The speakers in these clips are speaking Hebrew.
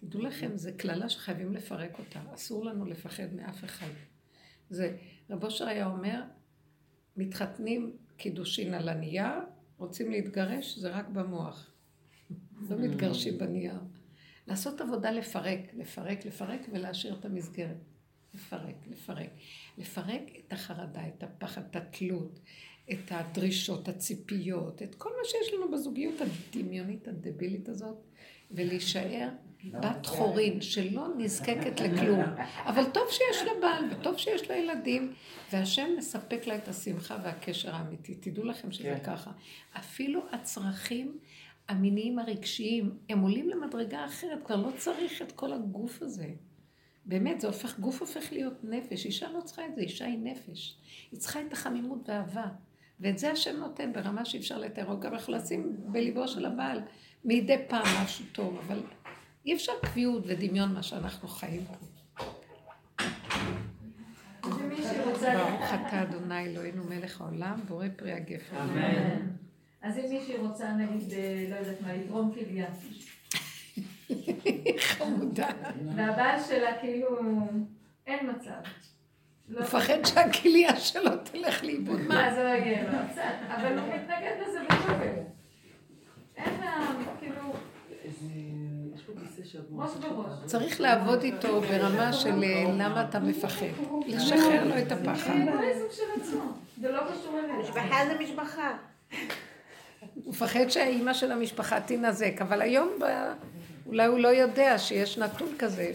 תדעו לכם, זה כללה שחייבים לפרק אותה, אסור לנו לפחד מאף אחד. זה, רב אושר היה אומר, מתחתנים קידושין על הנייר, רוצים להתגרש, זה רק במוח. לא מתגרשים בנייר. לעשות עבודה לפרק, לפרק, לפרק ולהשאיר את המסגרת. לפרק, לפרק. לפרק את החרדה, את הפחד, את התלות, את הדרישות, הציפיות, את כל מה שיש לנו בזוגיות הדמיונית, הדבילית הזאת, ולהישאר בת חורין שלא נזקקת לכלום. אבל טוב שיש לה בעל וטוב שיש לה ילדים, והשם מספק לה את השמחה והקשר האמיתי. תדעו לכם שזה ככה. אפילו הצרכים המיניים הרגשיים, הם עולים למדרגה אחרת, כבר לא צריך את כל הגוף הזה. באמת, גוף הופך להיות נפש. אישה לא צריכה את זה, אישה היא נפש. היא צריכה את החמימות והאהבה. ואת זה השם נותן ברמה שאי אפשר לתאר. גם אנחנו לשים בליבו של הבעל מדי פעם משהו טוב, אבל אי אפשר קביעות ודמיון מה שאנחנו חיים פה. ברוך אתה אדוני אלוהינו מלך העולם, בורא פרי הגפן. אמן. אז אם מישהי רוצה נגיד, לא יודעת מה, לתרום כליה. חמודה. והבעל שלה כאילו, אין מצב. הוא מפחד שהכליה שלו תלך לאיבוד. מה? זה לא יגיע לו, קצת. אבל הוא מתנגד לזה בתוקף. אין כאילו... צריך לעבוד איתו ברמה של למה אתה מפחד. לשחרר לו את הפחד. הוא איזוק של עצמו. זה לא קשור אליו. משפחה זה משפחה. הוא מפחד שהאימא של המשפחה תינזק, אבל היום אולי הוא לא יודע שיש נתון כזה,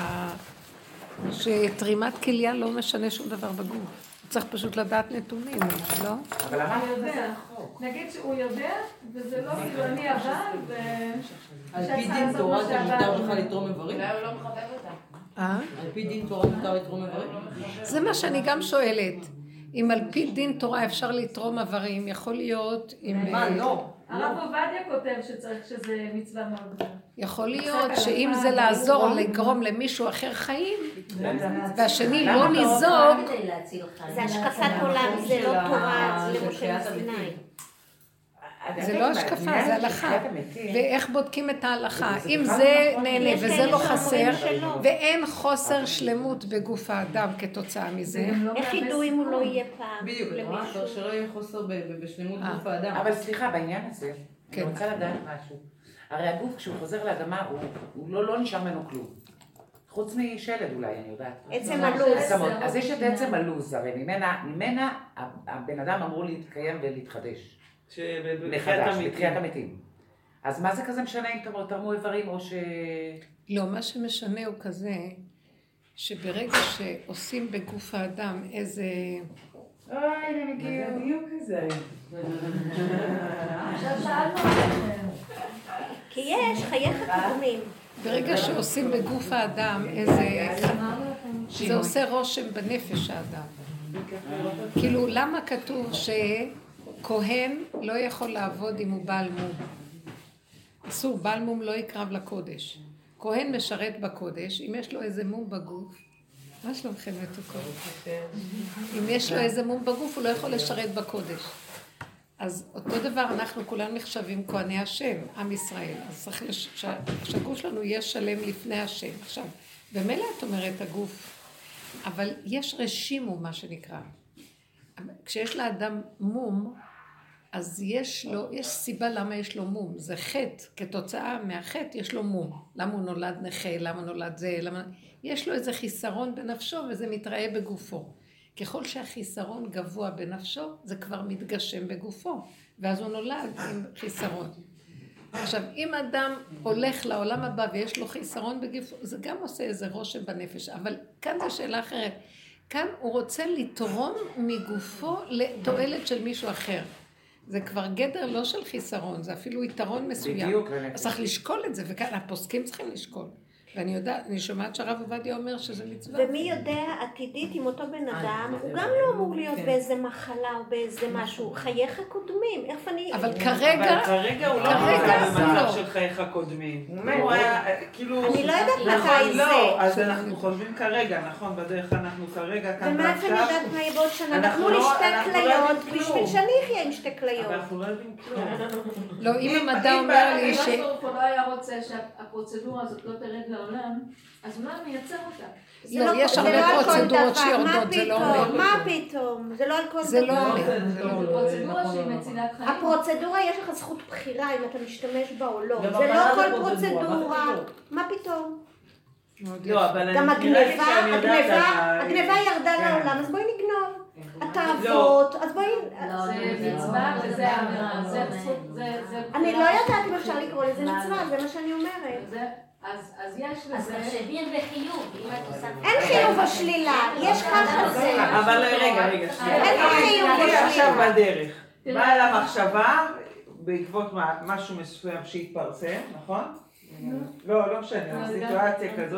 שתרימת כליה לא משנה שום דבר בגוף. הוא צריך פשוט לדעת נתונים, לא? אבל הוא יודע. נגיד שהוא יודע, וזה לא כאילו אני הבעל, על פי דין תורה זה מותר לך לתרום איברים? אולי הוא לא מחבב אותה. על פי דין תורה מותר לתרום איברים? זה מה שאני גם שואלת. אם על פי דין תורה אפשר לתרום איברים, יכול להיות אם... מה, לא. הרב עובדיה כותב שצריך שזה מצווה מאוד גדולה. יכול להיות שאם זה לעזור לגרום למישהו אחר חיים, והשני לא ניזוק... זה השקפת עולם, זה לא תורה, זה למשה מסיני. זה לא השקפה, זה הלכה. ואיך בודקים את ההלכה? אם זה נהנה וזה לא חסר, ואין חוסר שלמות בגוף האדם כתוצאה מזה. איך ידעו אם הוא לא יהיה פעם? בדיוק, שלא יהיה חוסר בשלמות גוף האדם. אבל סליחה, בעניין הזה, אני רוצה לדעת משהו. הרי הגוף, כשהוא חוזר לאדמה, הוא לא נשאר ממנו כלום. חוץ משלד אולי, אני יודעת. עצם הלוז. אז יש את עצם הלוז, הרי ממנה הבן אדם אמור להתקיים ולהתחדש. מחדש, בתחיית המתים. אז מה זה כזה משנה אם תרמו איברים או ש... לא, מה שמשנה הוא כזה, שברגע שעושים בגוף האדם איזה... אוי, אני מגיע, בדיוק כזה. עכשיו שאלנו עליכם. כי יש חייך קודמים. ברגע שעושים בגוף האדם איזה... זה עושה רושם בנפש האדם. כאילו, למה כתוב שכהן לא יכול לעבוד אם הוא בעל מום? אסור, בעל מום לא יקרב לקודש. כהן משרת בקודש, אם יש לו איזה מום בגוף, מה שלומכם מתוקות? אם יש לו איזה מום בגוף, הוא לא יכול לשרת בקודש. אז אותו דבר, אנחנו כולנו נחשבים כהני השם, עם ישראל. אז צריך שהגוף שלנו יהיה שלם לפני השם. עכשיו, במילא את אומרת הגוף, אבל יש רשימו, מה שנקרא. כשיש לאדם מום, אז יש סיבה למה יש לו מום. זה חטא, כתוצאה מהחטא יש לו מום. למה הוא נולד נכה, למה נולד זה, למה... יש לו איזה חיסרון בנפשו וזה מתראה בגופו. ככל שהחיסרון גבוה בנפשו, זה כבר מתגשם בגופו. ואז הוא נולד עם חיסרון. עכשיו, אם אדם הולך לעולם הבא ויש לו חיסרון בגופו, זה גם עושה איזה רושם בנפש. אבל כאן זו שאלה אחרת. כאן הוא רוצה לתרום מגופו לתועלת של מישהו אחר. זה כבר גדר לא של חיסרון, זה אפילו יתרון מסוים. בדיוק. אז צריך לשקול את זה, וכאן הפוסקים צריכים לשקול. ואני יודעת, אני שומעת שהרב עובדיה אומר שזה מצווה. ומי יודע עתידית עם אותו בן אדם, הוא גם לא אמור להיות באיזה מחלה או באיזה משהו. חייך קודמים, איך אני... אבל כרגע הוא לא נמצא במצב של חייך קודמים. אני לא יודעת מתי זה. לא, אז אנחנו חושבים כרגע, נכון, בדרך אנחנו כרגע כאן ומה אני יודעת מה יהיה בעוד שנה? נתנו לי שתי כליות, בשביל שאני אחיה עם שתי כליות. אבל אנחנו לא יודעים כלום. לא, אם המדע אומר לי ש... הוא לא היה רוצה שהפרוצדורה הזאת לא תרד לרמה לעולם, אז אולי מייצר אותה. לא, יש הרבה פרוצדורות שיורדות, זה לא אומר. מה פתאום? זה לא על כל דבר. זה לא אומר. פרוצדורה שהיא מצילת חיים. הפרוצדורה יש לך זכות בחירה אם אתה משתמש בה או לא. זה לא כל פרוצדורה. מה פתאום? לא, אבל גם הגניבה ירדה כן. לעולם, אז בואי נגנוב. התאוות, אז בואי... זה מצווה וזה עבירה, אני לא יודעת אם אפשר לקרוא לזה מצווה, זה מה שאני אומרת. אז יש לזה... אז תחשבי בחיוב, אם את עושה... אין חיוב או שלילה, יש ככה זה. אבל רגע, אין חיוב או אני עכשיו שלילה. בדרך. באה לה מחשבה בעקבות משהו מסוים שהתפרסם, נכון? לא משנה, סיטואציה כזאת,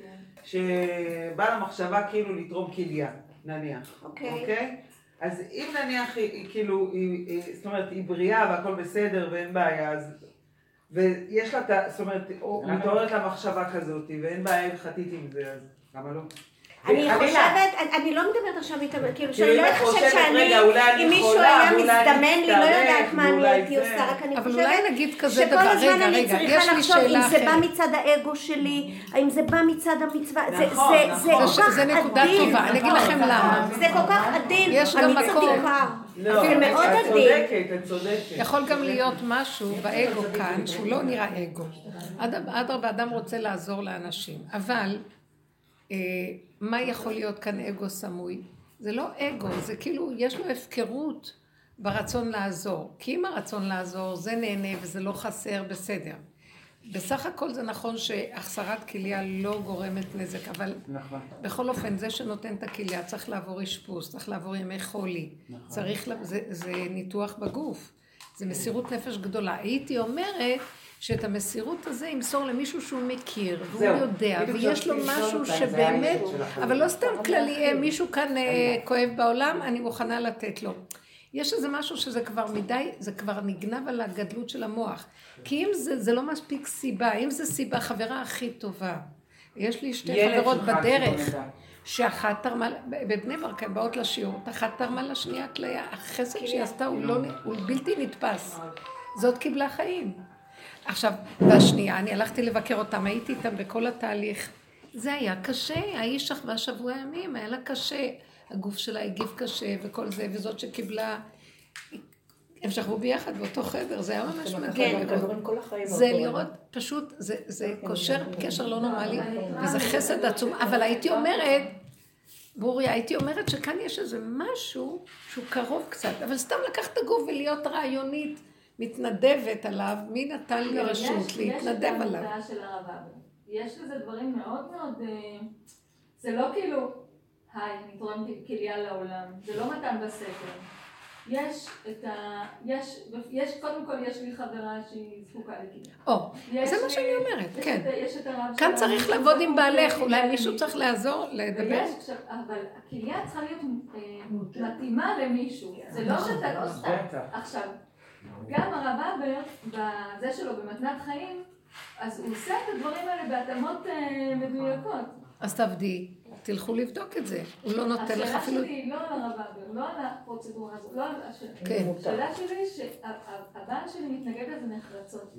שבאה לה מחשבה כאילו לתרום כליה, נניח. אוקיי? אז אם נניח היא כאילו, זאת אומרת, היא בריאה והכל בסדר ואין בעיה, אז... ויש לה, זאת אומרת, מתעוררת לה מחשבה כזאת, ואין בעיה הלכתית עם זה, אז למה לא? אני חושבת, אני לא מדברת עכשיו איתה, כאילו שאני לא חושבת שאני, אם מישהו יכולה, היה ואולי מזדמן לי, לא יודעת מה אני ואולי הייתי זה. עושה, רק אני אבל חושבת אולי נגיד כזה דבר, שכל הזמן רגע, אני יש לי צריכה לחשוב אם שאלה זה בא אחרת. מצד האגו שלי, האם זה בא מצד המצווה, זה נכון, כל כך זה נקודה עדין, טובה, אני אגיד לכם למה. זה כל כך עדין, יש גם אני מקום. צדיקה, לא, זה מאוד עדין. את צודקת. יכול גם להיות משהו באגו כאן, שהוא לא נראה אגו. אדרבה, אדם רוצה לעזור לאנשים, אבל מה יכול להיות כאן אגו סמוי? זה לא אגו, זה כאילו, יש לו הפקרות ברצון לעזור. כי אם הרצון לעזור, זה נהנה וזה לא חסר, בסדר. בסך הכל זה נכון שהחסרת כליה לא גורמת נזק, אבל בכל אופן, זה שנותן את הכליה צריך לעבור אשפוז, צריך לעבור ימי חולי, צריך, זה ניתוח בגוף, זה מסירות נפש גדולה. הייתי אומרת שאת המסירות הזה ימסור למישהו שהוא מכיר, והוא יודע, ויש לו משהו שבאמת, אבל לא סתם כללי, מישהו כאן כואב בעולם, אני מוכנה לתת לו. יש איזה משהו שזה כבר מדי, זה כבר נגנב על הגדלות של המוח. כי אם זה לא מספיק סיבה, אם זה סיבה, חברה הכי טובה. יש לי שתי חברות בדרך, שאחת תרמה, בבני ברק הן באות לשיעור, אחת תרמה לשנייה כליה, החסד שהיא עשתה הוא בלתי נתפס. זאת קיבלה חיים. עכשיו, בשנייה, אני הלכתי לבקר אותם, הייתי איתם בכל התהליך. זה היה קשה, האיש שכבה שבוע ימים, היה לה קשה. הגוף שלה הגיב קשה וכל זה, וזאת שקיבלה, הם שכבו ביחד באותו חדר, זה היה ממש מדהים. זה לראות, פשוט, זה קושר קשר לא נורמלי, וזה חסד עצום, אבל הייתי אומרת, בוריה, הייתי אומרת שכאן יש איזה משהו שהוא קרוב קצת, אבל סתם לקחת את הגוף ולהיות רעיונית, מתנדבת עליו, מי נתן לי רשות להתנדב עליו. יש את המודעה של הרב אבר, יש לזה דברים מאוד מאוד, זה לא כאילו, היי, אני תורמת כליה לעולם, זה לא מתן בסתר. קודם כל יש לי חברה שהיא זקוקה לכליה. זה מה שאני אומרת, כן. יש את הרב כאן צריך לעבוד עם בעלך, אולי מישהו צריך לעזור, לדבר. אבל הכליה צריכה להיות מתאימה למישהו, זה לא שאתה לא סתם. עכשיו, גם הרב אבר, בזה שלו במתנת חיים, אז הוא עושה את הדברים האלה בהתאמות מדויקות. אז תעבדי, תלכו לבדוק את זה. הוא לא נותן לך אפילו... השאלה שלי לא על הרב אבר, לא על הפרוצדורה הזאת, לא על השאלה. השאלה שלי שהבעל שלי מתנגד לזה נחרצות.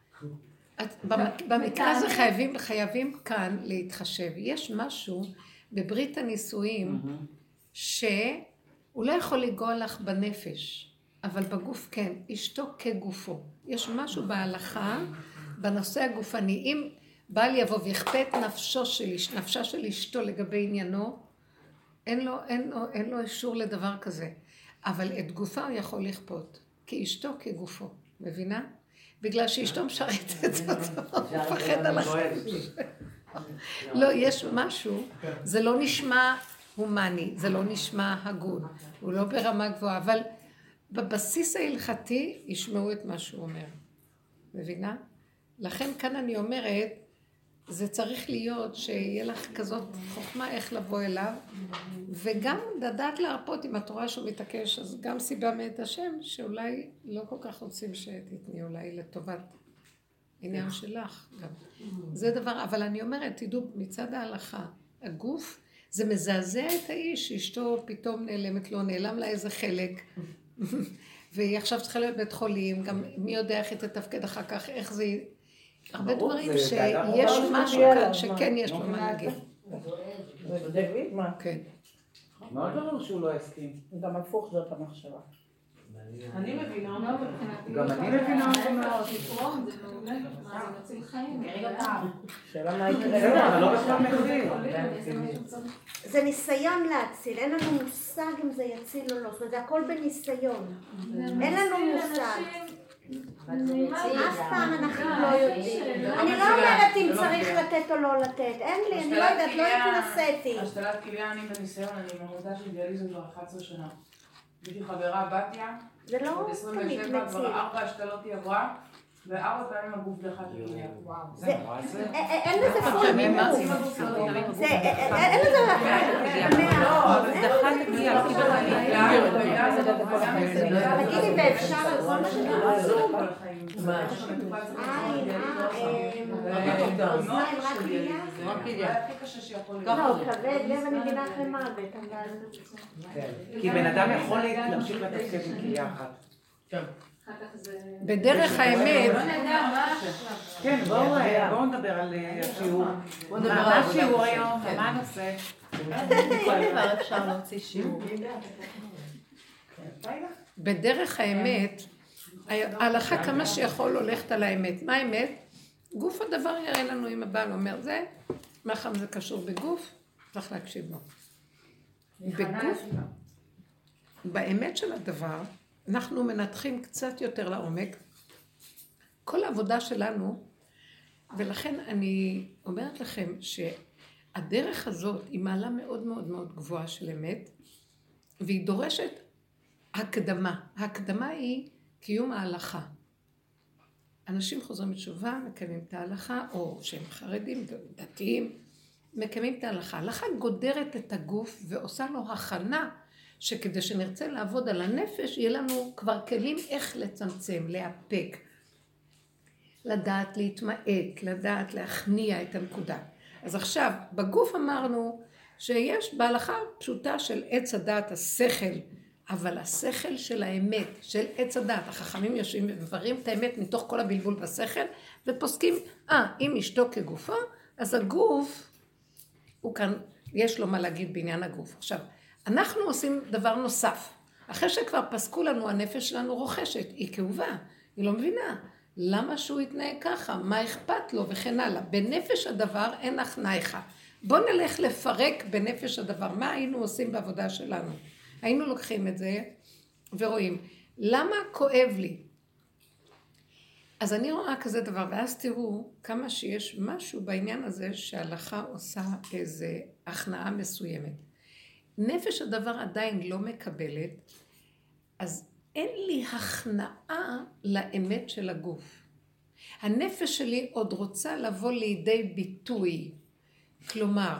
במקרה הזה חייבים כאן להתחשב. יש משהו בברית הנישואים שהוא לא יכול לגוע לך בנפש, אבל בגוף כן, אשתו כגופו. יש משהו בהלכה, בנושא הגופני. אם בעל יבוא ויכפה את נפשה של אשתו לגבי עניינו, אין לו אישור לדבר כזה. אבל את גופה הוא יכול לכפות, כי אשתו כגופו. מבינה? בגלל שאשתו משרתת אותו, הוא מפחד על החיים. לא, יש משהו, זה לא נשמע הומני, זה לא נשמע הגון, הוא לא ברמה גבוהה, אבל בבסיס ההלכתי ישמעו את מה שהוא אומר. מבינה? לכן כאן אני אומרת, זה צריך להיות שיהיה לך כזאת חוכמה איך לבוא אליו, וגם לדעת להרפות עם התורה שהוא מתעקש, אז גם סיבה מאת השם, שאולי לא כל כך רוצים שתתני, אולי לטובת עניין שלך גם. זה דבר, אבל אני אומרת, תדעו, מצד ההלכה, הגוף, זה מזעזע את האיש, שאשתו פתאום נעלמת לו, נעלם לה איזה חלק, והיא עכשיו צריכה להיות בית חולים, גם מי יודע איך היא תתפקד אחר כך, איך זה... הרבה דברים שיש משהו כאן שכן יש לו מה להגיד. כן. מאוד ברור שהוא לא הסכים. גם הפוך זאת המחשבה. אני מבינה, גם אני מבינה אותו מאוד. לתרום זה מעולה, זה מציל חיים. שאלה מה יקרה. אבל לא בכלל מבין. זה ניסיון להציל, אין לנו מושג אם זה יציל או לא, זאת אומרת, זה הכל בניסיון. אין לנו מושג. אף פעם אנחנו לא יודעים. אני לא אומרת אם צריך לתת או לא לתת, אין לי, אני לא יודעת, לא התנסיתי. השתלת כליה אני בניסיון, אני מעמודה של דיאליזה כבר 11 שנה. הייתי חברה בתיה, זה לא תמיד 27, כבר מציל. 4 השתלות היא עברה, ו4 פעמים הגוף דחה את הכליה. אין לזה פול מימור. אין לזה 100%. תגידי, ואפשר על כל שלנו? רק כליה? לא, כבד, לב אני מבינה אחרי מוות, אבל... כי בן אדם יכול להמשיך לתפקד עם כליה אחת. בדרך האמת, כן, בואו נדבר על השיעור. מה השיעור היום? מה הנושא? כל דבר אפשר להוציא שיעור. בדרך האמת, ההלכה כמה שיכול הולכת על האמת. מה האמת? גוף הדבר יראה לנו אם הבעל אומר זה, מאחר זה קשור בגוף, צריך להקשיב לו. בגוף, באמת של הדבר, אנחנו מנתחים קצת יותר לעומק. כל העבודה שלנו, ולכן אני אומרת לכם שהדרך הזאת היא מעלה מאוד מאוד מאוד גבוהה של אמת, והיא דורשת הקדמה. ההקדמה היא קיום ההלכה. אנשים חוזרים בתשובה, מקיימים את ההלכה, או שהם חרדים, דתיים, מקיימים את ההלכה. ההלכה גודרת את הגוף ועושה לו הכנה, שכדי שנרצה לעבוד על הנפש, יהיה לנו כבר כלים איך לצמצם, להפק, לדעת להתמעט, לדעת להכניע את הנקודה. אז עכשיו, בגוף אמרנו שיש בהלכה פשוטה של עץ הדעת, השכל, אבל השכל של האמת, של עץ הדעת, החכמים יושבים ומבררים את האמת מתוך כל הבלבול בשכל, ופוסקים, אם אשתו כגופו, אז הגוף, הוא כאן, יש לו מה להגיד בעניין הגוף. עכשיו, אנחנו עושים דבר נוסף. אחרי שכבר פסקו לנו, הנפש שלנו רוכשת, היא כאובה, היא לא מבינה. למה שהוא יתנהג ככה? מה אכפת לו? וכן הלאה. בנפש הדבר אין הכנעיך. בוא נלך לפרק בנפש הדבר. מה היינו עושים בעבודה שלנו? היינו לוקחים את זה ורואים, למה כואב לי? אז אני רואה כזה דבר, ואז תראו כמה שיש משהו בעניין הזה שההלכה עושה איזו הכנעה מסוימת. נפש הדבר עדיין לא מקבלת, אז אין לי הכנעה לאמת של הגוף. הנפש שלי עוד רוצה לבוא לידי ביטוי. כלומר,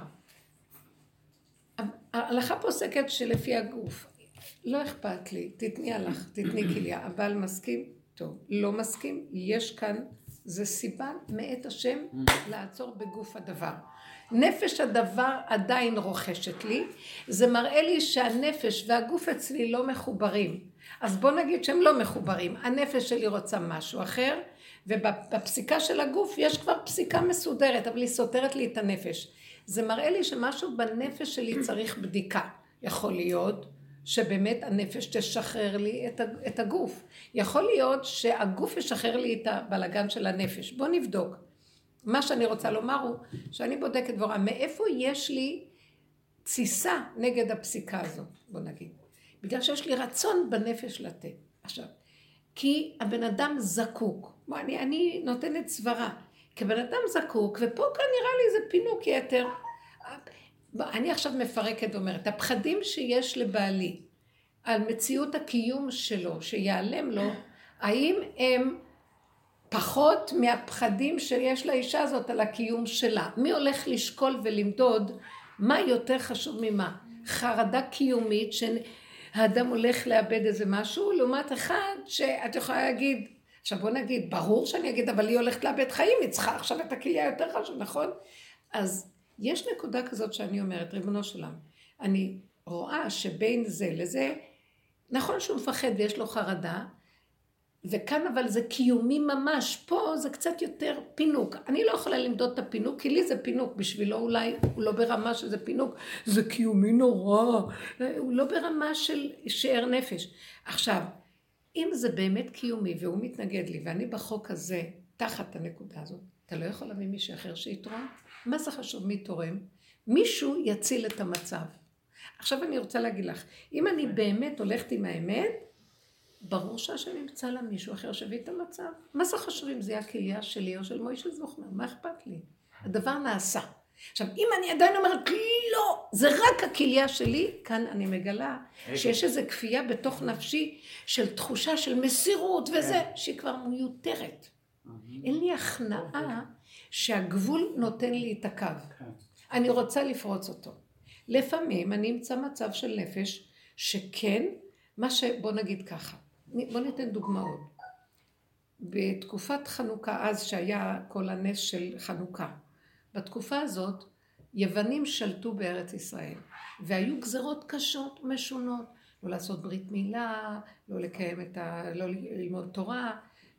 ההלכה פוסקת שלפי הגוף, לא אכפת לי, תתני הלך, תתני כליה, הבעל מסכים, טוב, לא מסכים, יש כאן, זה סיבה מאת השם לעצור בגוף הדבר. נפש הדבר עדיין רוכשת לי, זה מראה לי שהנפש והגוף אצלי לא מחוברים. אז בוא נגיד שהם לא מחוברים, הנפש שלי רוצה משהו אחר, ובפסיקה של הגוף יש כבר פסיקה מסודרת, אבל היא סותרת לי את הנפש. זה מראה לי שמשהו בנפש שלי צריך בדיקה. יכול להיות שבאמת הנפש תשחרר לי את הגוף. יכול להיות שהגוף ישחרר לי את הבלגן של הנפש. בוא נבדוק. מה שאני רוצה לומר הוא שאני בודקת דבורה, מאיפה יש לי תסיסה נגד הפסיקה הזאת, בוא נגיד. בגלל שיש לי רצון בנפש לתת. עכשיו, כי הבן אדם זקוק. אני נותנת סברה. כי בן אדם זקוק, ופה כאן נראה לי זה פינוק יתר. אני עכשיו מפרקת ואומרת, הפחדים שיש לבעלי על מציאות הקיום שלו, שיעלם לו, האם הם פחות מהפחדים שיש לאישה הזאת על הקיום שלה? מי הולך לשקול ולמדוד מה יותר חשוב ממה? חרדה קיומית שהאדם הולך לאבד איזה משהו, לעומת אחד שאת יכולה להגיד, עכשיו בוא נגיד, ברור שאני אגיד, אבל היא הולכת לאבד חיים, היא צריכה עכשיו את הכליה יותר חשוב, נכון? אז יש נקודה כזאת שאני אומרת, ריבונו שלם, אני רואה שבין זה לזה, נכון שהוא מפחד ויש לו חרדה, וכאן אבל זה קיומי ממש, פה זה קצת יותר פינוק. אני לא יכולה למדוד את הפינוק, כי לי זה פינוק, בשבילו אולי הוא לא ברמה שזה פינוק, זה קיומי נורא, הוא לא ברמה של שאר נפש. עכשיו, אם זה באמת קיומי והוא מתנגד לי, ואני בחוק הזה, תחת הנקודה הזאת, אתה לא יכול להביא מישהו אחר שיתרום? מה זה חשוב מי תורם? מישהו יציל את המצב. עכשיו אני רוצה להגיד לך, אם אני באמת הולכת עם האמת, ברור שאני אמצא לה מישהו אחר שהביא את המצב. מה זה חשוב אם זה יהיה הכליה שלי או של מוישה זוכמר? מה אכפת לי? הדבר נעשה. עכשיו, אם אני עדיין אומרת, לא, זה רק הכליה שלי, כאן אני מגלה שיש איזו כפייה בתוך נפשי של תחושה של מסירות וזה, שהיא כבר מיותרת. אין לי הכנעה שהגבול נותן לי את הקו. אני רוצה לפרוץ אותו. לפעמים אני אמצא מצב של נפש שכן, בוא נגיד ככה, בוא ניתן דוגמאות. בתקופת חנוכה, אז שהיה כל הנס של חנוכה, בתקופה הזאת יוונים שלטו בארץ ישראל, והיו גזרות קשות ומשונות, לא לעשות ברית מילה, לא לקיים לא ללמוד תורה,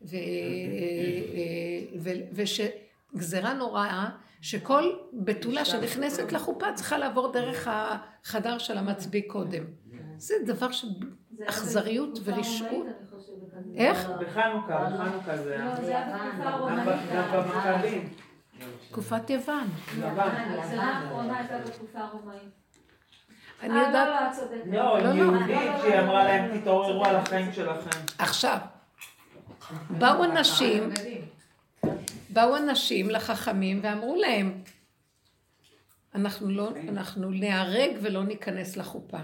וגזרה נוראה, שכל בתולה שנכנסת לחופה צריכה לעבור דרך החדר של המצביא קודם. זה דבר של אכזריות ורשעות. איך? בחנוכה זה... לא, זה היה בתקופה הרומאית. גם במכבים. תקופת יוון. הגזרה האחרונה הייתה בתקופה הרומאית. אני יודעת... לא, את צודקת. לא, יהודית שהיא אמרה להם, תתעוררו על החיים שלכם. עכשיו, באו אנשים לחכמים ואמרו להם, אנחנו נהרג ולא ניכנס לחופה.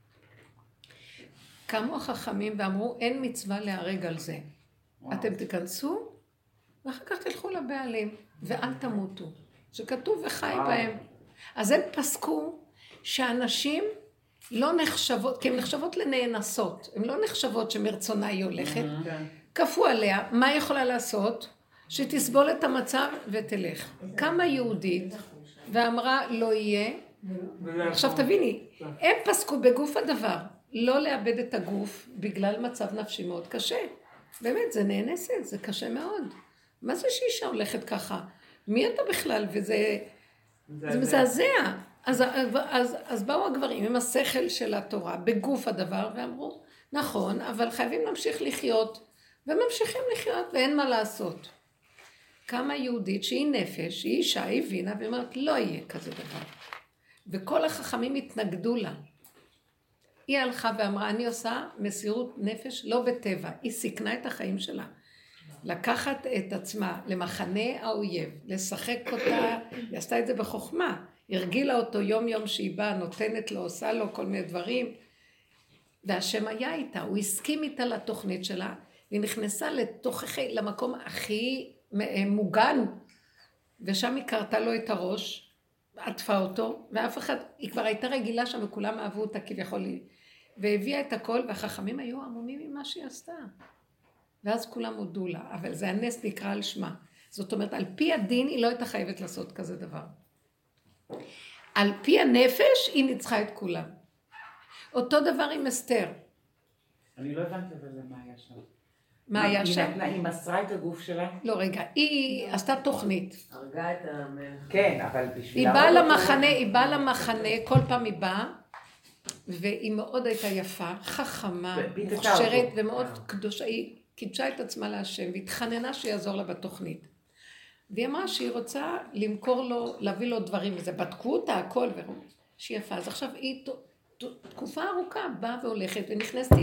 קמו החכמים ואמרו, אין מצווה להרג על זה. אתם תיכנסו, ואחר כך תלכו לבעלים, ואל תמותו. שכתוב וחי בהם. אז הם פסקו שאנשים לא נחשבות, כי הן נחשבות לנאנסות. הן לא נחשבות שמרצונה היא הולכת. כפו עליה, מה היא יכולה לעשות? שתסבול את המצב ותלך. קמה יהודית ואמרה לא יהיה. עכשיו תביני, הם פסקו בגוף הדבר. לא לאבד את הגוף בגלל מצב נפשי מאוד קשה. באמת, זה נאנסת, זה קשה מאוד. מה זה שאישה הולכת ככה? מי אתה בכלל? וזה מזעזע. אז באו הגברים עם השכל של התורה בגוף הדבר ואמרו, נכון, אבל חייבים להמשיך לחיות, וממשיכים לחיות ואין מה לעשות. קמה יהודית שהיא נפש, שהיא אישה, היא הבינה ואומרת, לא יהיה כזה דבר. וכל החכמים התנגדו לה. היא הלכה ואמרה, אני עושה מסירות נפש לא בטבע. היא סיכנה את החיים שלה. לקחת את עצמה למחנה האויב, לשחק אותה, היא עשתה את זה בחוכמה. הרגילה אותו יום יום שהיא באה, נותנת לו, עושה לו כל מיני דברים. והשם היה איתה, הוא הסכים איתה לתוכנית שלה, והיא נכנסה למקום הכי מוגן, ושם היא קרתה לו את הראש, עטפה אותו, ואף אחד, היא כבר הייתה רגילה שם, וכולם אהבו אותה כביכול, והביאה את הכל, והחכמים היו עמומים ממה שהיא עשתה. ואז כולם הודו לה, אבל זה הנס נקרא על שמה. זאת אומרת, על פי הדין היא לא הייתה חייבת לעשות כזה דבר. על פי הנפש היא ניצחה את כולם. אותו דבר עם אסתר. אני לא הבנתי בזה מה היה שם. מה היה שם? היא מסרה את הגוף שלה? לא, רגע, היא עשתה תוכנית. הרגה את המלך. כן, אבל בשביל... היא באה למחנה, כל פעם היא באה, והיא מאוד הייתה יפה, חכמה, מוכשרת ומאוד קדושה. היא קידשה את עצמה להשם, והתחננה שיעזור לה בתוכנית. והיא אמרה שהיא רוצה למכור לו, להביא לו דברים, וזה בדקו אותה הכל, שהיא יפה. אז עכשיו היא תקופה ארוכה באה והולכת, ונכנסת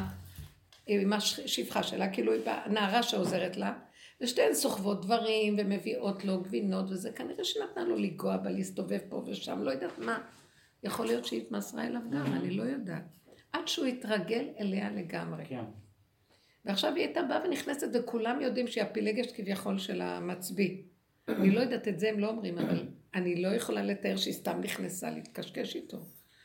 עם השפחה שלה, כאילו היא נערה שעוזרת לה, ושתיהן סוחבות דברים, ומביאות לו גבינות, וזה כנראה שנתנה לו לגוע בה, להסתובב פה ושם, לא יודעת מה. יכול להיות שהיא התמסרה אליו גם, אני לא יודעת. עד שהוא התרגל אליה לגמרי. כן. ועכשיו היא הייתה באה ונכנסת, וכולם יודעים שהיא הפילגשת כביכול של המצביא. אני לא יודעת את זה, הם לא אומרים, אבל אני לא יכולה לתאר שהיא סתם נכנסה להתקשקש איתו.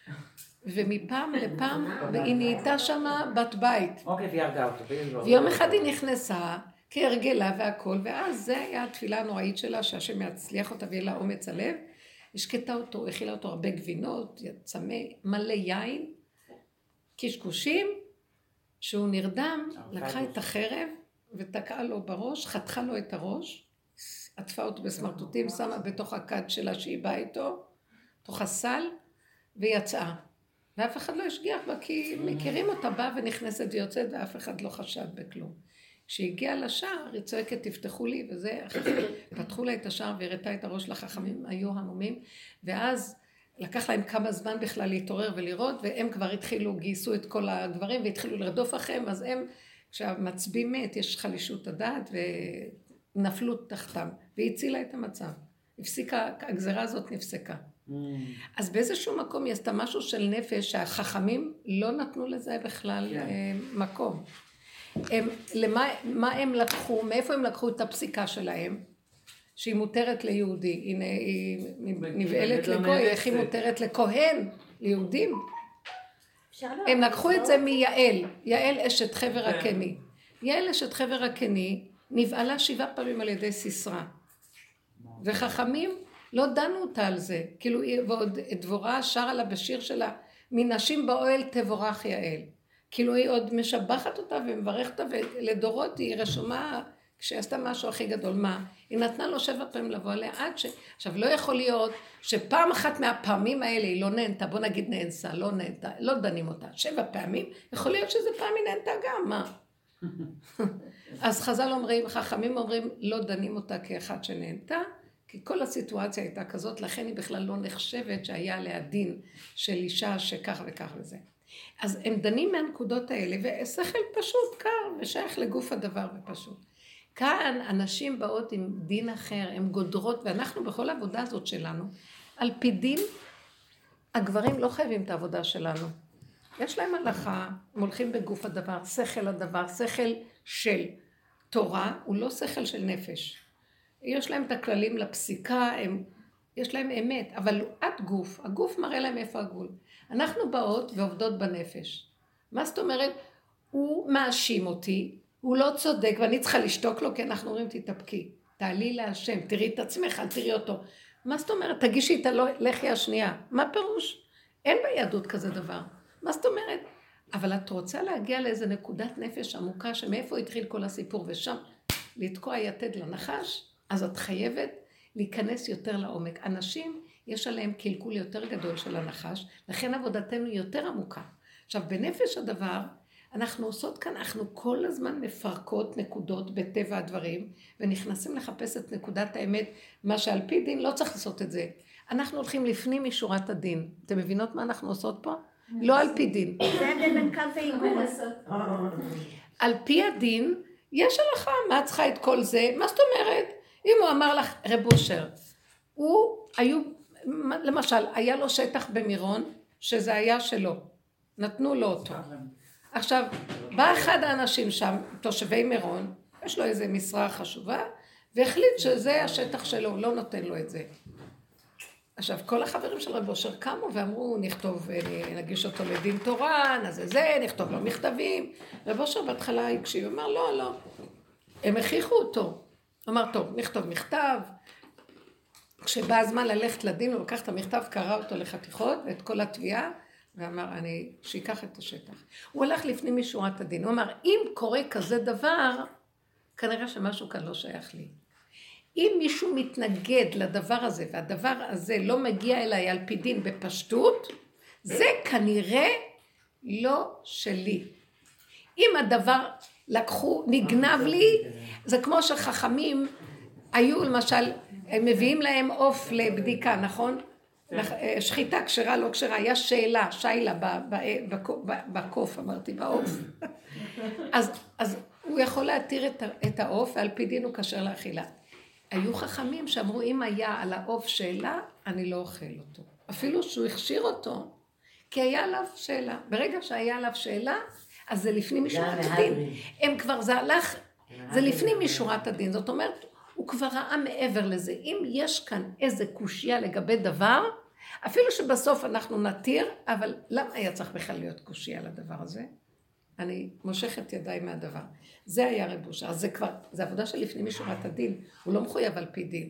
ומפעם לפעם, והיא נהייתה שמה בת בית. אוקיי, והיא הרגה אותו. ויום אחד היא נכנסה, כהרגלה והכל, ואז זה היה התפילה הנוראית שלה, שהשם יצליח אותה ויהיה לה אומץ הלב, השקטה אותו, הכילה אותו הרבה גבינות, צמא, מלא יין, קשקושים, שהוא נרדם, לקחה את החרב, ותקעה לו בראש, חתכה לו את הראש, עטפה אותו בסמרטוטים, שמה בתוך הכד שלה שהיא באה איתו, תוך הסל, ויצאה. ואף אחד לא השגיח בה, כי מכירים אותה, באה ונכנסת ויוצאת, ואף אחד לא חשד בכלום. כשהגיעה לשער, היא צועקת, תפתחו לי, וזה, פתחו לה את השער, והראתה את הראש לחכמים, היו המומים, ואז לקח להם כמה זמן בכלל להתעורר ולראות, והם כבר התחילו, גייסו את כל הדברים, והתחילו לרדוף אחריהם, אז הם, כשהמצביא מת, יש חלישות הדעת, ונפלו תחתם, והיא הצילה את המצב. הפסיקה, הגזרה הזאת נפסקה. אז באיזשהו מקום היא עשתה משהו של נפש, שהחכמים לא נתנו לזה בכלל מקום. מה הם לקחו, מאיפה הם לקחו את הפסיקה שלהם? שהיא מותרת ליהודי, הנה היא נבעלת לגוי, איך היא מותרת לכהן, ליהודים? הם לקחו את זה מיעל, יעל אשת חבר הקני. יעל אשת חבר הקני נבעלה 7 פעמים על ידי סיסרא. וחכמים לא דנו אותה על זה, כאילו ועוד דבורה שרה לה בשיר שלה, מנשים באוהל תבורך יעל. כאילו היא עוד משבחת אותה ומברכת אותה, ולדורות היא רשומה כשהיא עשתה משהו הכי גדול. מה? היא נתנה לו 7 פעמים לבוא עליה עד עכשיו לא יכול להיות שפעם אחת מהפעמים האלה היא לא נהנתה, בוא נגיד נהנסה, לא נהנתה, לא דנים אותה. 7 פעמים, יכול להיות שזה פעם היא נהנתה גם, מה? אז חז"ל אומרים, חכמים אומרים, לא דנים אותה כאחד שנהנתה, כי כל הסיטואציה הייתה כזאת, לכן היא בכלל לא נחשבת שהיה עליה דין של אישה שכך וכך וזה. אז הם דנים מהנקודות האלה, ושכל פשוט קר ושייך לגוף הדבר ופשוט. כאן אנשים באות עם דין אחר, הם גודרות, ואנחנו בכל העבודה הזאת שלנו, על פי דין, הגברים לא חייבים את העבודה שלנו. יש להם הלכה, הם הולכים בגוף הדבר, שכל הדבר, שכל של תורה, הוא לא שכל של נפש. יש להם את הכללים לפסיקה, יש להם אמת, אבל את גוף, הגוף מראה להם איפה הגבול. אנחנו באות ועובדות בנפש. מה זאת אומרת? הוא מאשים אותי, הוא לא צודק, ואני צריכה לשתוק לו, כי אנחנו אומרים, תתאפקי, תעלי להשם, תראי את עצמך, תראי אותו. מה זאת אומרת? תגישי את הלחי השנייה. מה פירוש? אין ביהדות כזה דבר. מה זאת אומרת? אבל את רוצה להגיע לאיזה נקודת נפש עמוקה, שמאיפה התחיל כל הסיפור, ושם לתקוע יתד לנחש, אז את חייבת להיכנס יותר לעומק. אנשים, יש עליהם קלקול יותר גדול של הנחש, לכן עבודתנו יותר עמוקה. עכשיו, בנפש הדבר, אנחנו עושות כאן, אנחנו כל הזמן מפרקות נקודות בטבע הדברים, ונכנסים לחפש את נקודת האמת, מה שעל פי דין לא צריך לעשות את זה. אנחנו הולכים לפנים משורת הדין. אתם מבינות מה אנחנו עושות פה? לא על פי דין. זה ההבדל בין קו ועיגול. על פי הדין, יש הלכה, מה צריכה את כל זה? מה זאת אומרת? אם הוא אמר לך, רב אושר, למשל, היה לו שטח במירון, שזה היה שלו. נתנו לו אותו. עכשיו, בא אחד האנשים שם, תושבי מירון, יש לו איזו משרה חשובה, והחליט שזה השטח שלו, לא נותן לו את זה. עכשיו, כל החברים של רב אושר קמו ואמרו, נכתוב, נגיש אותו לדין תורה, נכתוב לו מכתבים. רב אושר בהתחלה הקשיב, אמר, לא. הם הכריחו אותו. אמר, טוב, נכתוב מכתב. כשבא הזמן ללכת לדין, הוא לקח את המכתב, קרא אותו לחתיכות, ואת כל התביעה, ואמר, שיקח את השטח. הוא הלך לפנים משורת הדין. הוא אמר, אם קורה כזה דבר, כנראה שמשהו כאן לא שייך לי. אם מישהו מתנגד לדבר הזה, והדבר הזה לא מגיע אליי על פי דין בפשטות, זה כנראה לא שלי. אם הדבר נגנב לי, זה כמו שחכמים היו, למשל, הם מביאים להם עוף לבדיקה, נכון? שחיטה כשרה, לא כשרה, היה שיילה בקוף, אמרתי, בעוף. אז הוא יכול להתיר את העוף, ועל פי דין הוא כשר לאכילה. היו חכמים שאמרו, אם היה על העוף שאלה, אני לא אוכל אותו. אפילו שהוא הכשיר אותו, כי היה עליו שאלה. ברגע שהיה עליו שאלה, אז זה לפנים משורת הדין. הם כבר, זה לפנים משורת הדין. זאת אומרת, הוא כבר ראה מעבר לזה. אם יש כאן איזה קושיה לגבי דבר, אפילו שבסוף אנחנו נתיר, אבל למה היה צריך בכלל להיות קושיה לדבר הזה? אני מושכת ידיי מהדבר. זה היה רב אושר. אז זה עבודה של לפנים משורת הדין. הוא לא מחויב על פי דין.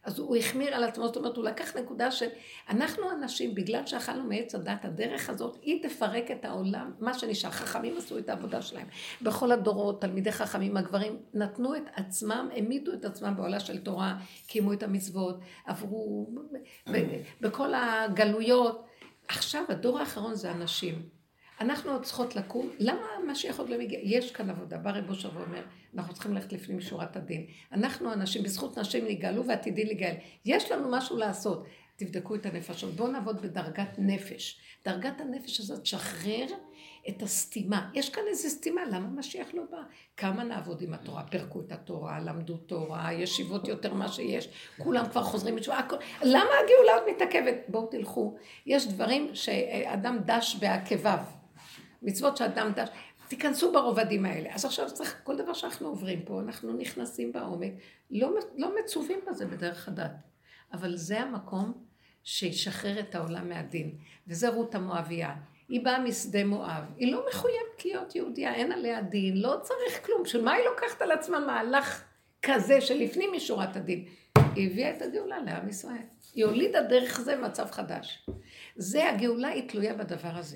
אז הוא החמיר על עצמו, זאת אומרת, הוא לקח נקודה של, אנחנו אנשים, בגלל שאכלנו מעץ הדת, הדרך הזאת, היא תפרק את העולם, מה שנשאר, חכמים עשו את העבודה שלהם. בכל הדורות, תלמידי חכמים, הגברים, נתנו את עצמם, העמידו את עצמם בעולה של תורה, קיימו את המצוות, עברו בכל הגלויות. עכשיו, הדור האחרון זה אנשים. אנחנו עוד צריכות לקום, למה המשיח עוד לא מגיע? יש כאן עבודה, בא רב אושר ואומר, אנחנו צריכים ללכת לפנים משורת הדין. אנחנו אנשים, בזכות נשים נגאלו ועתידים לגאל. יש לנו משהו לעשות. תבדקו את הנפשות, בואו נעבוד בדרגת נפש. דרגת הנפש הזאת שחרר את הסתימה. יש כאן איזו סתימה, למה המשיח לא בא? כמה נעבוד עם התורה? פרקו את התורה, למדו תורה, ישיבות יותר מה שיש, כולם כבר חוזרים בתשובה, למה הגאולה עוד מתעכבת? בואו תלכו. יש דברים שאדם דש בעקביו. מצוות שאדם דש, תיכנסו ברובדים האלה. אז עכשיו צריך, כל דבר שאנחנו עוברים פה, אנחנו נכנסים בעומק, לא מצווים בזה בדרך הדת. אבל זה המקום שישחרר את העולם מהדין. וזה רות המואביה. היא באה משדה מואב. היא לא מחויבת להיות יהודיה, אין עליה דין, לא צריך כלום. של מה היא לוקחת על עצמה מהלך כזה שלפנים משורת הדין? היא הביאה את הגאולה לעם ישראל. היא הולידה דרך זה מצב חדש. זה הגאולה היא תלויה בדבר הזה.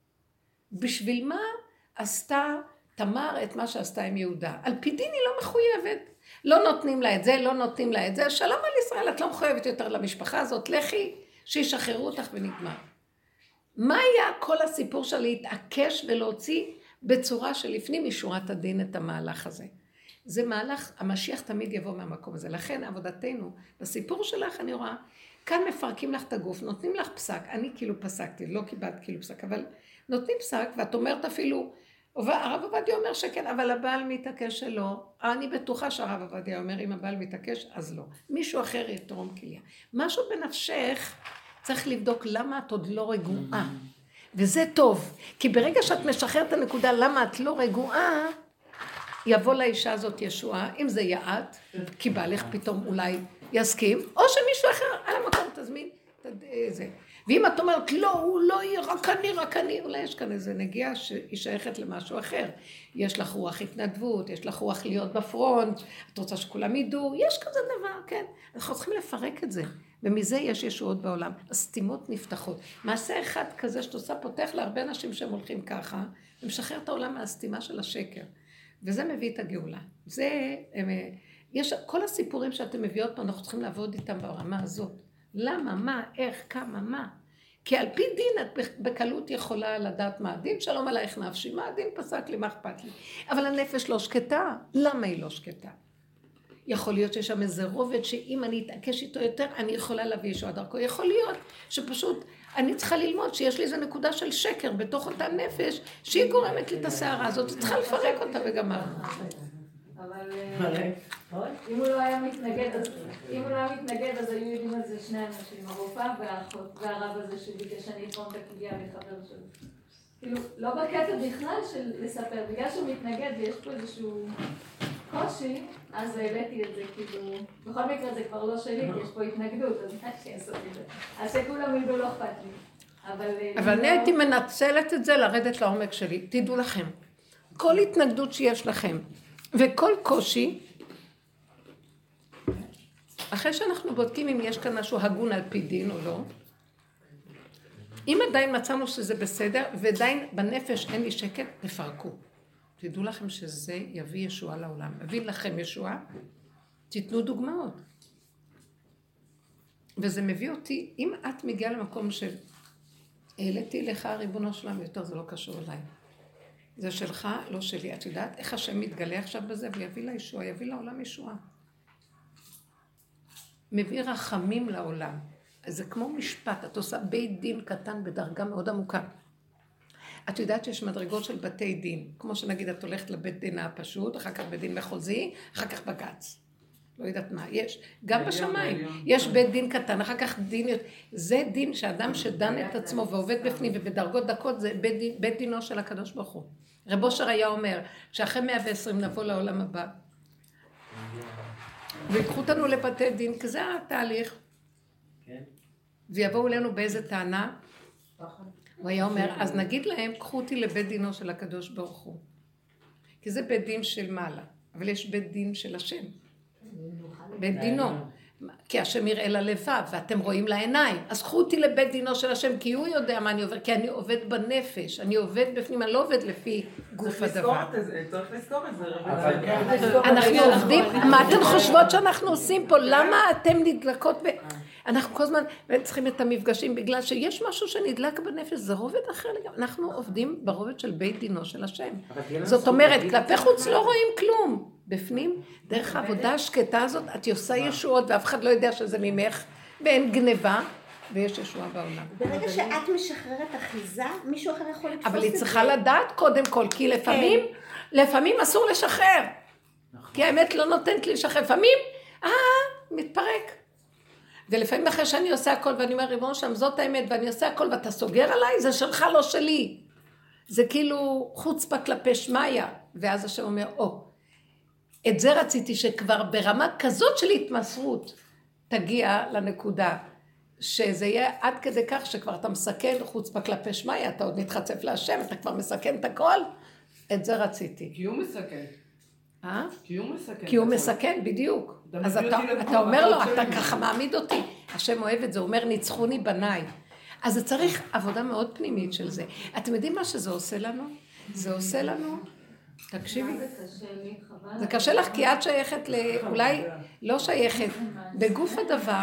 בשביל מה עשתה תמר את מה שעשתה עם יהודה? על פי דין היא לא מחויבת. לא נותנים לה את זה, לא נותנים לה את זה. שלום על ישראל, את לא מחויבת יותר למשפחה הזאת, לכי, שישחררו אותך ונגמר. מה היה כל הסיפור של להתעקש ולהוציא בצורה שלפנים משורת הדין את המהלך הזה? זה מהלך, המשיח תמיד יבוא מהמקום הזה. לכן עבודתנו, בסיפור שלך אני רואה, כאן מפרקים לך את הגוף, נותנים לך פסק, אני כאילו פסקתי, לא קיבלת כאילו פסק, אבל נותנים פסק, ואת אומרת אפילו, הרב עובדיה אומר שכן, אבל הבעל מתעקש שלא. אני בטוחה שהרב עובדיה אומר, אם הבעל מתעקש, אז לא. מישהו אחר יתרום כליה. משהו בנפשך צריך לבדוק למה את עוד לא רגועה. וזה טוב, כי ברגע שאת משחררת את הנקודה למה את לא רגועה, יבוא לאישה הזאת ישועה, אם זה יעד, כי בעלך פתאום אולי יסכים, או שמישהו אחר על המקום תזמין זה. ואם את אומרת, לא, הוא לא יהיה רק אני, אולי יש כאן איזה נגיעה שהיא שייכת למשהו אחר. יש לך רוח התנדבות, יש לך רוח להיות בפרונט, את רוצה שכולם ידעו, יש כזה דבר, כן. אנחנו צריכים לפרק את זה, ומזה יש ישועות בעולם. הסתימות נפתחות. מעשה אחד כזה שאת עושה פותח להרבה אנשים שהם הולכים ככה, ומשחרר את העולם מהסתימה של השקר. וזה מביא את הגאולה. יש כל הסיפורים שאתם מביאות פה, אנחנו צריכים לעבוד איתם ברמה הזאת. למה, מה, איך, כמה, מה? כי על פי דין את בקלות יכולה לדעת מה הדין, שלום עלייך נפשי, מה הדין פסק לי, מה אכפת לי? אבל הנפש לא שקטה, למה היא לא שקטה? יכול להיות שיש שם איזה רובד שאם אני אתעקש איתו יותר, אני יכולה להביא ישוע דרכו. יכול להיות שפשוט אני צריכה ללמוד שיש לי איזו נקודה של שקר בתוך אותה נפש, שהיא גורמת לי את השערה הזאת, צריכה לפרק אותה וגמר. אבל אם הוא לא היה מתנגד, אז היו יודעים על זה שני אנשים, הרופאה והאחות והרב הזה שביקש שאני אתרום את הכליה מחבר שלו. כאילו, לא בקטע בכלל של לספר, בגלל שהוא מתנגד ויש פה איזשהו קושי, אז העליתי את זה, כאילו, בכל מקרה זה כבר לא שלי, כי יש פה התנגדות, אז מה שיעשות את זה? אז שכולם ילדו לא אכפת לי. אבל אני הייתי מנצלת את זה לרדת לעומק שלי. תדעו לכם, כל התנגדות שיש לכם, וכל קושי, אחרי שאנחנו בודקים אם יש כאן משהו הגון על פי דין או לא, אם עדיין מצאנו שזה בסדר, ועדיין בנפש אין לי שקט, תפרקו. תדעו לכם שזה יביא ישועה לעולם. מביא לכם ישועה, תיתנו דוגמאות. וזה מביא אותי, אם את מגיעה למקום של, העליתי לך ריבונו שלם, יותר זה לא קשור אליי. זה שלך, לא שלי. את יודעת איך השם מתגלה עכשיו בזה ויביא לה ישועה, יביא לעולם ישועה. מביא רחמים לעולם. זה כמו משפט, את עושה בית דין קטן בדרגה מאוד עמוקה. את יודעת שיש מדרגות של בתי דין, כמו שנגיד את הולכת לבית דין הפשוט, אחר כך בית דין מחוזי, אחר כך בג"ץ. לא יודעת מה, יש, גם בשמיים, יש בית דין קטן, אחר כך דין, זה דין שאדם שדן את עצמו ועובד בפנים ובדרגות דקות, זה בית דינו של הקדוש ברוך הוא. רב אושר היה אומר, שאחרי 120 נבוא לעולם הבא, ויקחו אותנו לבתי דין, כי זה התהליך, ויבואו אלינו באיזה טענה, הוא היה אומר, אז נגיד להם, קחו אותי לבית דינו של הקדוש ברוך הוא, כי זה בית דין של מעלה, אבל יש בית דין של השם. בית דינו. כי השם יראה ללבב, ואתם רואים לעיניים. אז קחו אותי לבית דינו של השם, כי הוא יודע מה אני עובר, כי אני עובד בנפש, אני עובד בפנים, אני לא עובד לפי גוף הדבר. צריך לזכור את זה. אנחנו עובדים, מה אתן חושבות שאנחנו עושים פה? למה אתם נדלקות אנחנו כל הזמן צריכים את המפגשים, בגלל שיש משהו שנדלק בנפש, זה רובד אחר לגמרי. אנחנו עובדים ברובד של בית דינו של השם. זאת אומרת, כלפי חוץ לא רואים כלום. בפנים, דרך העבודה השקטה הזאת, את עושה ישועות, ואף אחד לא יודע שזה ממך, ואין גניבה, ויש ישועה בעולם. ברגע שאת משחררת אחיזה, מישהו אחר יכול לתפוס את זה. אבל היא צריכה לדעת קודם כל, כי לפעמים אסור לשחרר. כי האמת לא נותנת לי לשחרר. לפעמים, מתפרק. ולפעמים אחרי שאני עושה הכל, ואני אומר, ריבונו שם, זאת האמת, ואני עושה הכל, ואתה סוגר עליי, זה שלך, לא שלי. זה כאילו חוצפה כלפי שמיה. ואז השם אומר, את זה רציתי שכבר ברמה כזאת של התמסרות תגיע לנקודה, שזה יהיה עד כדי כך שכבר אתה מסכן חוצפה כלפי שמיה, אתה עוד מתחצף להשם, אתה כבר מסכן את הכל, את זה רציתי. כי הוא מסכן. כי הוא מסכן. כי הוא מסכן, בדיוק. אז אתה אומר לו, אתה ככה מעמיד אותי. השם אוהב את זה, הוא אומר, ניצחוני בניי. אז זה צריך עבודה מאוד פנימית של זה. אתם יודעים מה שזה עושה לנו? זה עושה לנו, תקשיבי. זה קשה לך, כי את שייכת אולי לא שייכת. בגוף הדבר,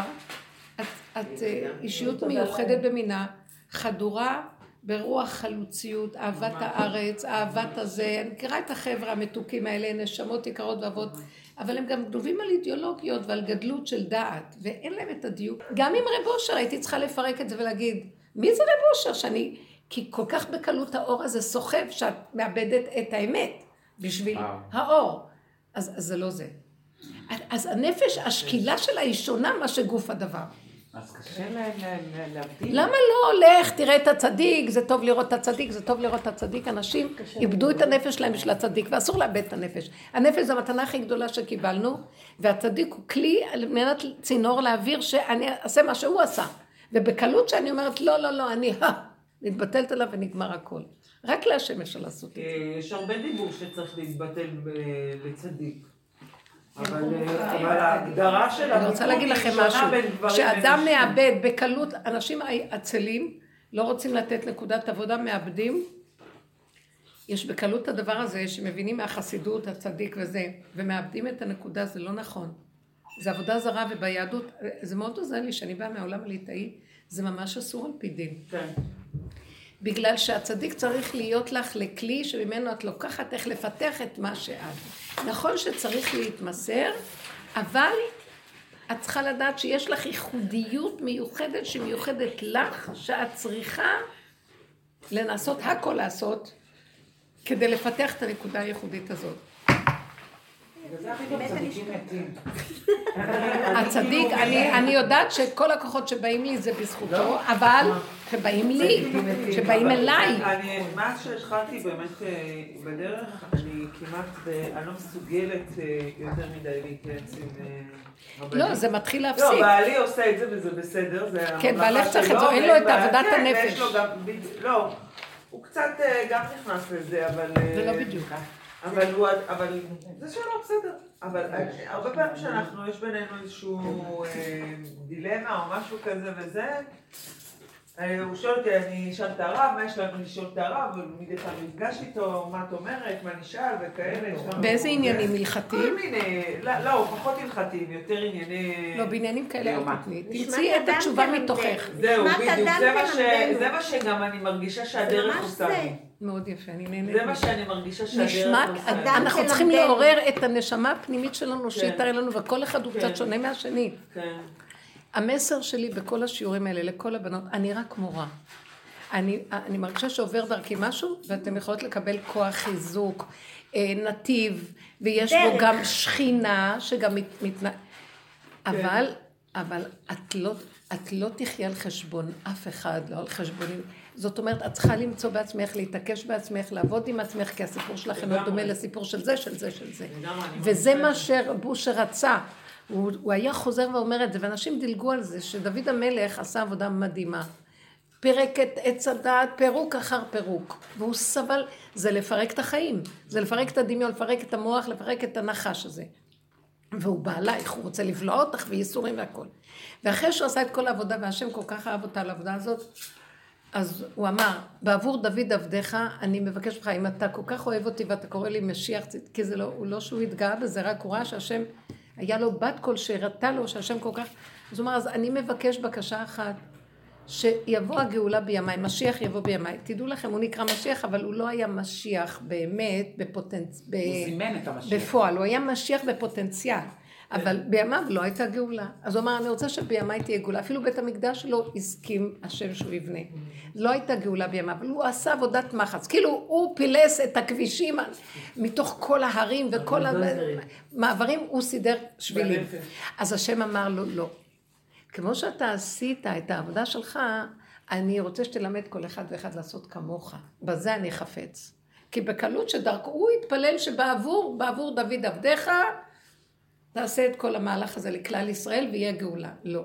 את אישיות מיוחדת במינה, חדורה ברוח חלוציות, אהבת הארץ, אהבת הזה. אני מכירה את החבר'ה המתוקים האלה, נשמות יקרות ואהבות, אבל הם גם גדולים על אידיאולוגיות ועל גדלות של דעת, ואין להם את הדיוק. גם עם רב אושר הייתי צריכה לפרק את זה ולהגיד, מי זה רב אושר? כי כל כך בקלות האור הזה סוחב שאת מאבדת את האמת בשביל האור. אז זה לא זה. אז הנפש, השקילה שלה היא שונה מה שגוף הדבר. אז קשה להבדיל. למה לא הולך, תראה את הצדיק, זה טוב לראות את הצדיק, זה טוב לראות את הצדיק, אנשים איבדו את הנפש שלהם בשביל הצדיק, ואסור לאבד את הנפש. הנפש זו המתנה הכי גדולה שקיבלנו, והצדיק הוא כלי על מנת צינור להעביר שאני אעשה מה שהוא עשה. ובקלות שאני אומרת, לא, אני מתבטלת עליו ונגמר הכל. רק להשם אפשר לעשות את זה. יש הרבה דיבור שצריך להתבטל לצדיק. אבל ההגדרה של אני רוצה להגיד לכם משהו, כשאדם מאבד בקלות, אנשים עצלים, לא רוצים לתת נקודת עבודה, מאבדים, יש בקלות הדבר הזה שמבינים מהחסידות, הצדיק וזה, ומאבדים את הנקודה, זה לא נכון. זה עבודה זרה וביהדות, זה מאוד עוזר לי שאני באה מהעולם הליטאי, זה ממש אסור על פי דין. כן. בגלל שהצדיק צריך להיות לך לכלי שממנו את לוקחת איך לפתח את מה שאת. נכון שצריך להתמסר, אבל את צריכה לדעת שיש לך ייחודיות מיוחדת שמיוחדת לך, שאת צריכה לנסות הכל לעשות כדי לפתח את הנקודה הייחודית הזאת. הצדיק, אני יודעת שכל הכוחות שבאים לי זה בזכותו, אבל שבאים לי, שבאים אליי. מה שהתחלתי באמת בדרך, אני לא מסוגלת יותר מדי להתייעץ עם רבנים. לא, זה מתחיל להפסיק. לא, בעלי עושה את זה וזה בסדר. כן, בעלך צריך את זה, אין לו את עבודת הנפש. לא, הוא קצת גם נכנס לזה, אבל... זה לא בדיוק. אבל זה שלא בסדר. אבל הרבה פעמים שאנחנו, יש בינינו איזשהו דילמה או משהו כזה וזה, הוא שואל אותי, אני אשאל את הרב, מה יש לנו לשאול את הרב, ומדי פעם נפגש איתו, מה את אומרת, מה נשאל וכאלה. באיזה עניינים הלכתיים? כל מיני, לא, פחות הלכתיים, יותר ענייני... לא, בעניינים כאלה אל תתני. תמצאי את התשובה מתוכך. זהו, בדיוק, זה מה שגם אני מרגישה שהדרך עושה לי. מאוד יפה, אני נהנית. זה מה שאני מרגישה שהדרך עושה. אנחנו צריכים לעורר את הנשמה הפנימית שלנו, שיתראה לנו, וכל אחד הוא קצת שונה מהשני. כן. המסר שלי בכל השיעורים האלה, לכל הבנות, אני רק מורה. אני מרגישה שעובר דרכי משהו, ואתם יכולות לקבל כוח חיזוק, נתיב, ויש בו גם שכינה, שגם אבל את לא תחיה על חשבון אף אחד, לא על חשבונים. זאת אומרת, את צריכה למצוא בעצמך, להתעקש בעצמך, לעבוד עם עצמך, כי הסיפור שלך אינו דומה לסיפור של זה, של זה, של זה. וזה מה שבושר רצה. הוא היה חוזר ואומר את זה, ואנשים דילגו על זה, שדוד המלך עשה עבודה מדהימה. פירק את עץ הדעת, פירוק אחר פירוק. והוא סבל, זה לפרק את החיים. זה לפרק את הדמיון, לפרק את המוח, לפרק את הנחש הזה. והוא בא עלייך, הוא רוצה לבלוע אותך וייסורים והכל. ואחרי שהוא עשה את כל העבודה, והשם כל כך אהב אותה על העבודה הזאת, אז הוא אמר, בעבור דוד עבדך, אני מבקש ממך, אם אתה כל כך אוהב אותי ואתה קורא לי משיח, כי זה לא, הוא לא שהוא התגאה בזה, רק הוא ראה שהשם, היה לו בת קול שהראתה לו, שהשם כל כך, אז הוא אמר, אז אני מבקש בקשה אחת, שיבוא הגאולה בימיי, משיח יבוא בימיי. תדעו לכם, הוא נקרא משיח, אבל הוא לא היה משיח באמת הוא זימן את המשיח. בפועל, הוא היה משיח בפוטנציאל. אבל בימיו לא הייתה גאולה. אז הוא אמר, אני רוצה שבימיי תהיה גאולה. אפילו בית המקדש לא הסכים השם שהוא יבנה. לא הייתה גאולה בימיו, אבל הוא עשה עבודת מחץ. כאילו הוא פילס את הכבישים מתוך כל ההרים וכל המעברים, הוא סידר שבילים. אז השם אמר לו, לא. כמו שאתה עשית את העבודה שלך, אני רוצה שתלמד כל אחד ואחד לעשות כמוך. בזה אני חפץ. כי בקלות שדרכו, הוא התפלל שבעבור דוד עבדך, תעשה את כל המהלך הזה לכלל ישראל ויהיה גאולה. לא.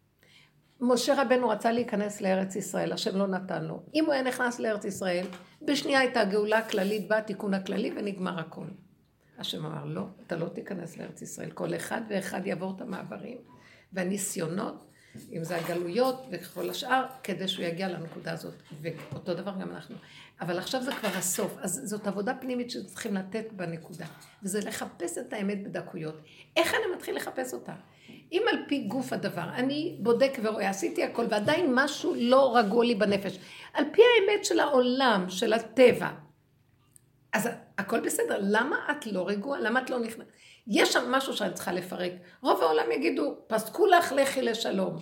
משה רבנו רצה להיכנס לארץ ישראל, השם לא נתן לו. אם הוא היה נכנס לארץ ישראל, בשנייה הייתה גאולה כללית, בא התיקון הכללי ונגמר הכל. השם אמר, לא, אתה לא תיכנס לארץ ישראל. כל אחד ואחד יעבור את המעברים והניסיונות, אם זה הגלויות וכל השאר, כדי שהוא יגיע לנקודה הזאת. ואותו דבר גם אנחנו. אבל עכשיו זה כבר הסוף, אז זאת עבודה פנימית שצריכים לתת בנקודה. וזה לחפש את האמת בדקויות. איך אני מתחיל לחפש אותה? אם על פי גוף הדבר, אני בודק ורואה, עשיתי הכל, ועדיין משהו לא רגוע לי בנפש. על פי האמת של העולם, של הטבע. אז הכל בסדר. למה את לא רגועה? למה את לא נכנסת? יש שם משהו שאני צריכה לפרק. רוב העולם יגידו, פסקו לך לכי לשלום.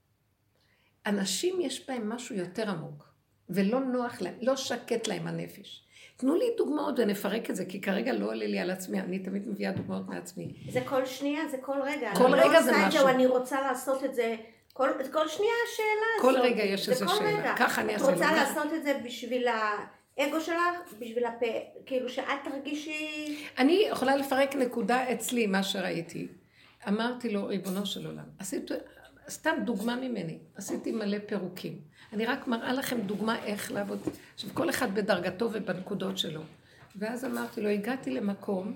אנשים יש בהם משהו יותר עמוק. ולא נוח להם, לא שקט להם הנפש. תנו לי דוגמאות ונפרק את זה, כי כרגע לא עולה לי על עצמי, אני תמיד מביאה דוגמאות מעצמי. זה כל שנייה, זה כל רגע. כל רגע זה משהו. אני רוצה לעשות את זה, כל שנייה השאלה הזאת. כל רגע יש איזו שאלה, ככה אני אעשה. את רוצה לעשות את זה בשביל האגו שלך, בשביל כאילו שאת תרגישי... אני יכולה לפרק נקודה אצלי, מה שראיתי. אמרתי לו, ריבונו של עולם, עשיתי, סתם דוגמה ממני, עשיתי מלא פירוקים. אני רק מראה לכם דוגמה איך לעבוד. עכשיו, כל אחד בדרגתו ובנקודות שלו. ואז אמרתי לו, הגעתי למקום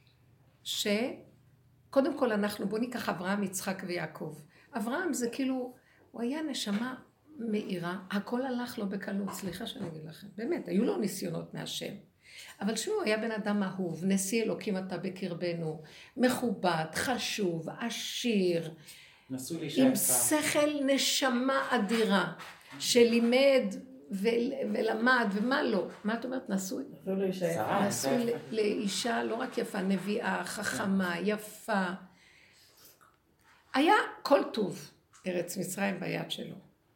שקודם כל בוא ניקח אברהם, יצחק ויעקב. אברהם זה כאילו, הוא היה נשמה מאירה, הכל הלך לו בקלות, סליחה שאני אגיד לכם. באמת, היו לו ניסיונות מהשם. אבל שהוא היה בן אדם אהוב, נשיא אלוקים אתה בקרבנו, מכובד, חשוב, עשיר, עם שכל נשמה אדירה. שלימד ולמד, ומה לא? מה את אומרת? נשוי? נשוי לאישה לא רק יפה, נביאה, חכמה, יפה. היה כל טוב, ארץ מצרים ביד שלו.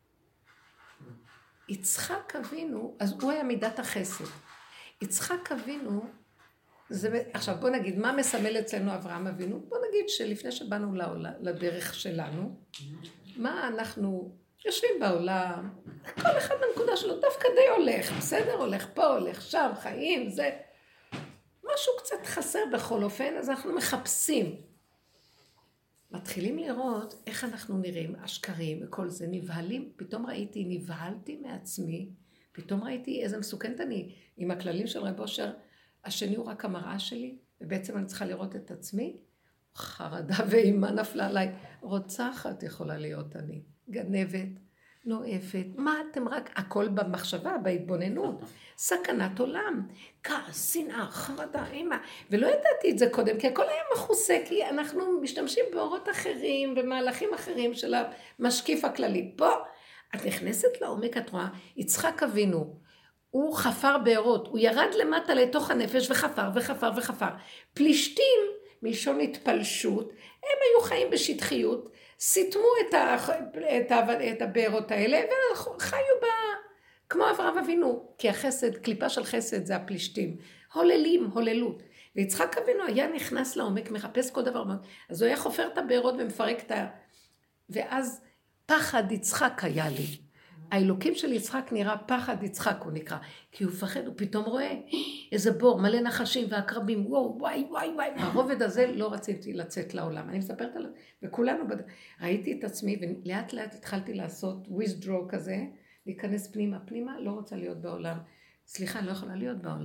יצחק אבינו, אז הוא היה מידת החסד. יצחק אבינו, עכשיו בוא נגיד, מה מסמל אצלנו אברהם אבינו? בוא נגיד שלפני שבאנו לדרך שלנו, מה אנחנו... יושבים בעולם, כל אחד בנקודה שלו דווקא די הולך, בסדר? הולך פה, הולך שם, חיים, זה... משהו קצת חסר בכל אופן, אז אנחנו מחפשים. מתחילים לראות איך אנחנו נראים, השקרים וכל זה, נבהלים, פתאום נבהלתי מעצמי, פתאום ראיתי איזה מסוכנת אני, עם הכללים של רב אושר, השני הוא רק המראה שלי, ובעצם אני צריכה לראות את עצמי, חרדה ואימה נפלה עליי, רוצחת יכולה להיות אני. גנבת, נואפת, מה אתם רק, הכל במחשבה, בהתבוננות, סכנת עולם, כעס, שנאה, חרדה, אימה, ולא ידעתי את זה קודם, כי הכל היה מחוסה, כי אנחנו משתמשים באורות אחרים, במהלכים אחרים של המשקיף הכללי. פה, את נכנסת לעומק, את רואה, יצחק אבינו, הוא חפר בארות, הוא ירד למטה לתוך הנפש וחפר וחפר וחפר. פלישתים, מלשון התפלשות, הם היו חיים בשטחיות, סיתמו את הבארות האלה, וחיו כמו אברהם אבינו, כי החסד, קליפה של חסד זה הפלישתים, הוללות. ויצחק אבינו היה נכנס לעומק, מחפש כל דבר, אז הוא היה חופר את הבארות ומפרק ואז פחד יצחק היה לי. האלוקים של יצחק נראה פחד יצחק, הוא נקרא, כי הוא פחד, הוא פתאום רואה איזה בור, מלא נחשים ועקרבים, וואי. ברובד הזה לא רציתי לצאת לעולם. אני מספרת עליו, וכולנו ראיתי את עצמי, ולאט לאט התחלתי לעשות withdraw כזה, להיכנס פנימה, לא רוצה להיות בעולם. סליחה, אני לא יכולה להיות בעולם.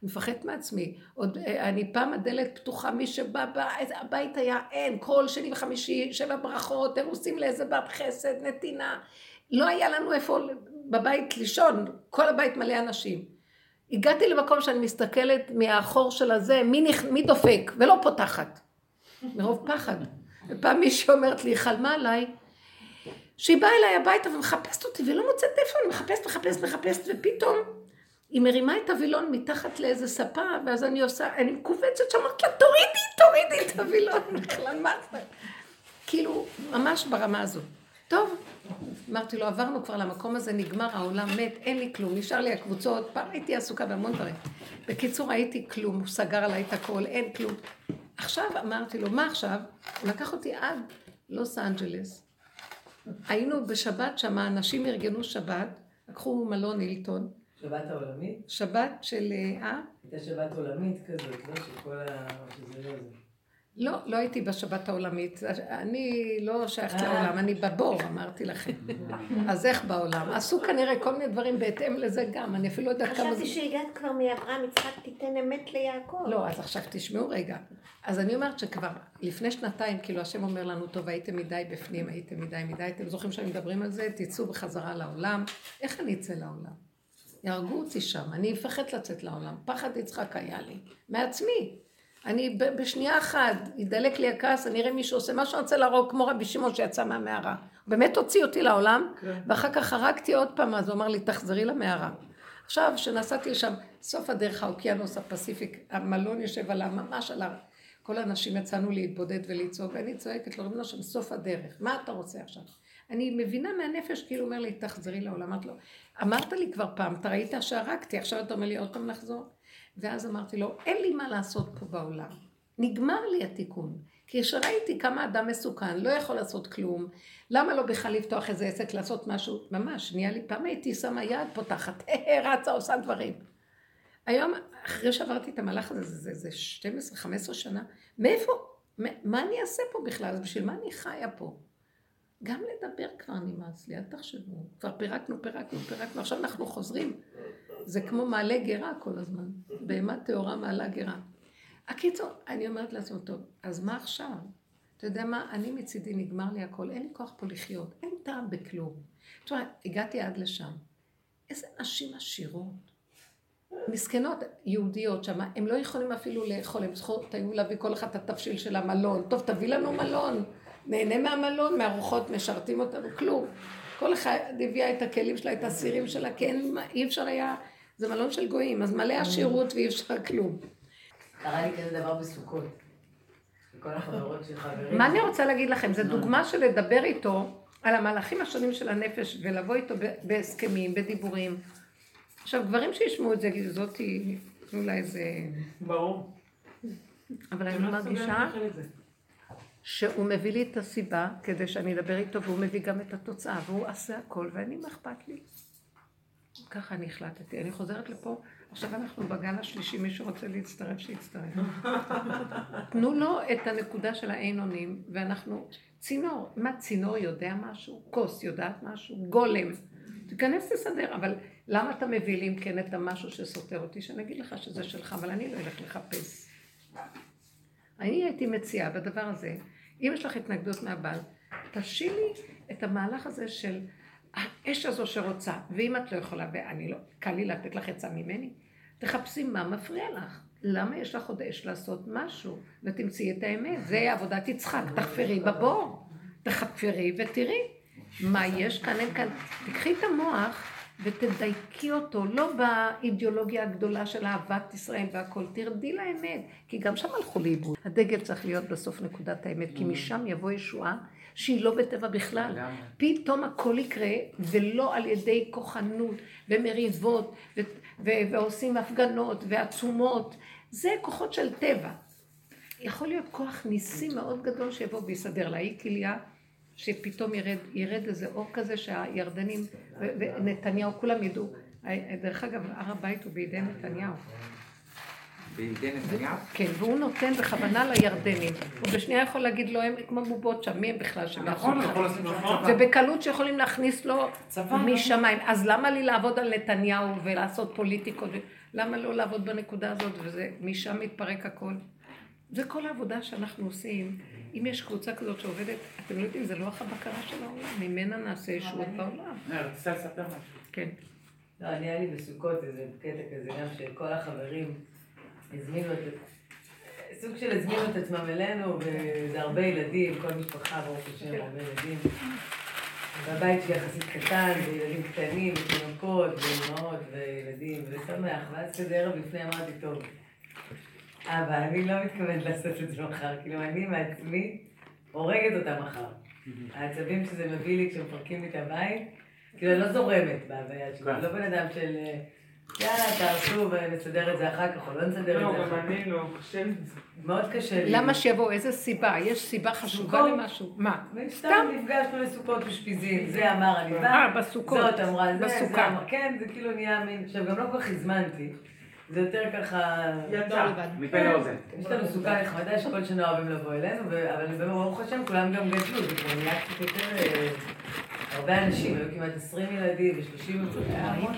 מפחדת מעצמי. עוד, אני פעם הדלת פתוחה, מי שבא, הבית היה אין, כל שני וחמישי, 7 ברכות, הם עושים לאיזה בת חסד, נתינה. לא היה לנו איפה בבית לישון, כל הבית מלא אנשים. הגעתי למקום שאני מסתכלת מהאחור של הזה, מי דופק, ולא פותחת. מרוב פחד. ופעם מישהי אומרת לי, חלמה עליי, שהיא באה אליי הביתה ומחפשת אותי, ולא מוצאת איפה, אני מחפשת, ופתאום היא מרימה את הווילון מתחת לאיזה ספה, ואז אני מקובצת שאמרת לה, תורידי את הווילון, בכלל מה זה? כאילו, ממש ברמה הזאת. טוב, אמרתי לו, עברנו כבר למקום הזה, נגמר, העולם מת, אין לי כלום, נשאר לי הקבוצות, פעם הייתי עסוקה בהמון דברים. בקיצור, הייתי כלום, הוא סגר עליי את הכל, אין כלום. עכשיו אמרתי לו, מה עכשיו? הוא לקח אותי עד לוס אנג'לס. היינו בשבת שם, אנשים ארגנו שבת, לקחו מלון הילטון. שבת העולמית? שבת של... הייתה שבת עולמית כזאת, לא? שכל ה... שזה לא זה. לא הייתי בשבת העולמית, אני לא שייכת לעולם, אני בבור, אמרתי לכם. אז איך בעולם? עשו כנראה כל מיני דברים בהתאם לזה גם, אני אפילו לא יודעת כמה... חשבתי שהגעת כבר מאברהם, יצחק תיתן אמת ליעקב. לא, אז עכשיו תשמעו רגע. אז אני אומרת שכבר לפני 2 כאילו השם אומר לנו, טוב, הייתם מדי בפנים, הייתם מדי, אתם זוכרים שאני מדברים על זה, תצאו בחזרה לעולם. איך אני אצא לעולם? יהרגו אותי שם, אני אפחד לצאת לעולם, פחד יצחק היה לי, מעצמי. אני בשנייה אחת, ידלק לי הכעס, אני אראה מישהו עושה משהו, אני רוצה להרוג כמו רבי שמעון שיצא מהמערה. באמת הוציא אותי לעולם, ואחר כך הרגתי עוד פעם, אז הוא אמר לי, תחזרי למערה. עכשיו, שנסעתי לשם, סוף הדרך האוקיינוס הפסיפיק, המלון יושב עליו, ממש עליו, כל האנשים יצאנו להתבודד ולצעוק, ואני צועקת לו, רבנו שם, סוף הדרך, מה אתה רוצה עכשיו? אני מבינה מהנפש, כאילו אומר לי, תחזרי לעולם, אמרת לי כבר פעם, אתה ראית שהרגתי, עכשיו אתה אומר לי עוד פעם לחזור? ואז אמרתי לו, אין לי מה לעשות פה בעולם. נגמר לי התיקון. כי כשראיתי כמה אדם מסוכן, לא יכול לעשות כלום. למה לא בכלל לפתוח איזה עסק, לעשות משהו? ממש, נהיה לי פעם הייתי שמה יד פותחת, רצה, עושה דברים. היום, אחרי שעברתי את המהלך הזה, זה 12-15 שנה, מאיפה? מה אני אעשה פה בכלל? בשביל מה אני חיה פה? גם לדבר כבר נמאס לי, אל תחשבו. כבר פירקנו, עכשיו אנחנו חוזרים. זה כמו מעלה גרה כל הזמן. בהמה טהורה מעלה גרה. הקיצור, אני אומרת לעצמו, טוב, אז מה עכשיו? אתה יודע מה? אני מצידי נגמר לי הכל, אין לי כוח פה לחיות, אין טעם בכלום. תראה, הגעתי עד לשם. איזה נשים עשירות. מסכנות יהודיות שם, הם לא יכולים אפילו לאכול, הם צריכות היו להביא כל אחד את התבשיל של המלון. טוב, תביא לנו מלון. נהנה מהמלון, מהרוחות, משרתים אותנו, כלום. כל אחד הביאה את הכלים שלה, את הסירים שלה, כי אי אפשר היה, זה מלון של גויים, אז מלא עשירות ואי אפשר כלום. קרה לי כזה דבר בסוכות. וכל החברות של חברים. מה אני רוצה להגיד לכם? זו דוגמה של לדבר איתו על המהלכים השונים של הנפש, ולבוא איתו בהסכמים, בדיבורים. עכשיו, גברים שישמעו את זה, זאת היא, אולי זה... ברור. אבל אני מרגישה שהוא מביא לי את הסיבה כדי שאני אדבר איתו, והוא מביא גם את התוצאה, והוא עשה הכל, ואני מה אכפת לי. ככה אני החלטתי. אני חוזרת לפה, עכשיו אנחנו בגל השלישי, מישהו רוצה להצטרף, שיצטרף. תנו לו את הנקודה של האין אונים, ואנחנו, צינור, מה צינור יודע משהו? כוס יודעת משהו? גולם. תיכנס לסדר, אבל למה אתה מביא לי אם כן את המשהו שסותר אותי? שאני אגיד לך שזה שלך, אבל אני לא אלך לחפש. אני הייתי מציעה בדבר הזה, אם יש לך התנגדות מהבעל, תשילי את המהלך הזה של האש הזו שרוצה, ואם את לא יכולה, ואני לא, קל לי לתת לך עצה ממני, תחפשי מה מפריע לך. למה יש לך עוד אש לעשות משהו? ותמצאי את האמת. זה עבודת יצחק, תחפרי בבור, תחפרי ותראי מה יש כאן, אין כאן. תקחי את המוח ותדייקי אותו, לא באידיאולוגיה הגדולה של אהבת ישראל והכל, תרדי לאמת, כי גם שם הלכו לאיבוד. הדגל צריך להיות בסוף נקודת האמת, כי משם יבוא ישועה שהיא לא בטבע בכלל. פתאום הכל יקרה, ולא על ידי כוחנות ומריבות, ועושים הפגנות ועצומות. זה כוחות של טבע. יכול להיות כוח ניסי מאוד גדול שיבוא ויסדר לה. היא כליה שפתאום ירד איזה אור כזה שהירדנים ונתניהו כולם ידעו. דרך אגב, הר הבית הוא בידי נתניהו. בידי נתניהו? כן, והוא נותן בכוונה לירדנים. הוא בשנייה יכול להגיד לו, הם כמו בובות שם, מי הם בכלל שהם נכון, יעשו יכול ככה? לשים שם צבא. ובקלות שיכולים להכניס לו צבא, משמיים. אז למה לי לעבוד על נתניהו ולעשות פוליטיקות? למה לא לעבוד בנקודה הזאת? וזה משם מתפרק הכל. זה כל העבודה שאנחנו עושים. אם יש קבוצה כזאת שעובדת, אתם לא יודעים, זה לא הבקרה של העולם. ממנה נעשה ישועות בעולם. רציתי לספר משהו. כן. לא, אני היה לי בסוכות איזה קטע כזה, גם שכל החברים הזמינו את... סוג של הזמינו את עצמם אלינו, וזה הרבה ילדים, כל משפחה, ברוך השם, הרבה ילדים. והבית שלי יחסית קטן, וילדים קטנים, ותינוקות, ואימהות, וילדים, ושמח. ואז כזה ערב לפני אמרתי, טוב, אבל אני לא מתכוונת לעשות את זה מחר, כאילו אני מעצמי הורגת אותה מחר. העצבים שזה מביא לי כשמפרקים לי את הבית, כאילו אני לא זורמת בהוויה שלי, לא בן אדם של יאללה, תעשו ונסדר את זה אחר כך, או לא נסדר את זה אחר כך. לא, גם אני לא, קשה לי. מאוד קשה לי. למה שיבוא? איזה סיבה? יש סיבה חשובה למשהו? מה? סתם נפגשנו לסוכות ושפיזים, זה אמר אני בא, בסוכות. זאת אמרה זה, זה בסוכה. אמר, כן, זה כאילו נהיה מין, עכשיו גם לא כל כך הזמנתי, זה יותר ככה... יצא, מפה לאוזן. יש לנו סוכה נחמדה שכל שנה אוהבים לבוא אלינו, אבל ברוך השם כולם גם גדלו, זה כבר נהיה קצת יותר... הרבה אנשים, היו כמעט 20 ילדים ו30 המון...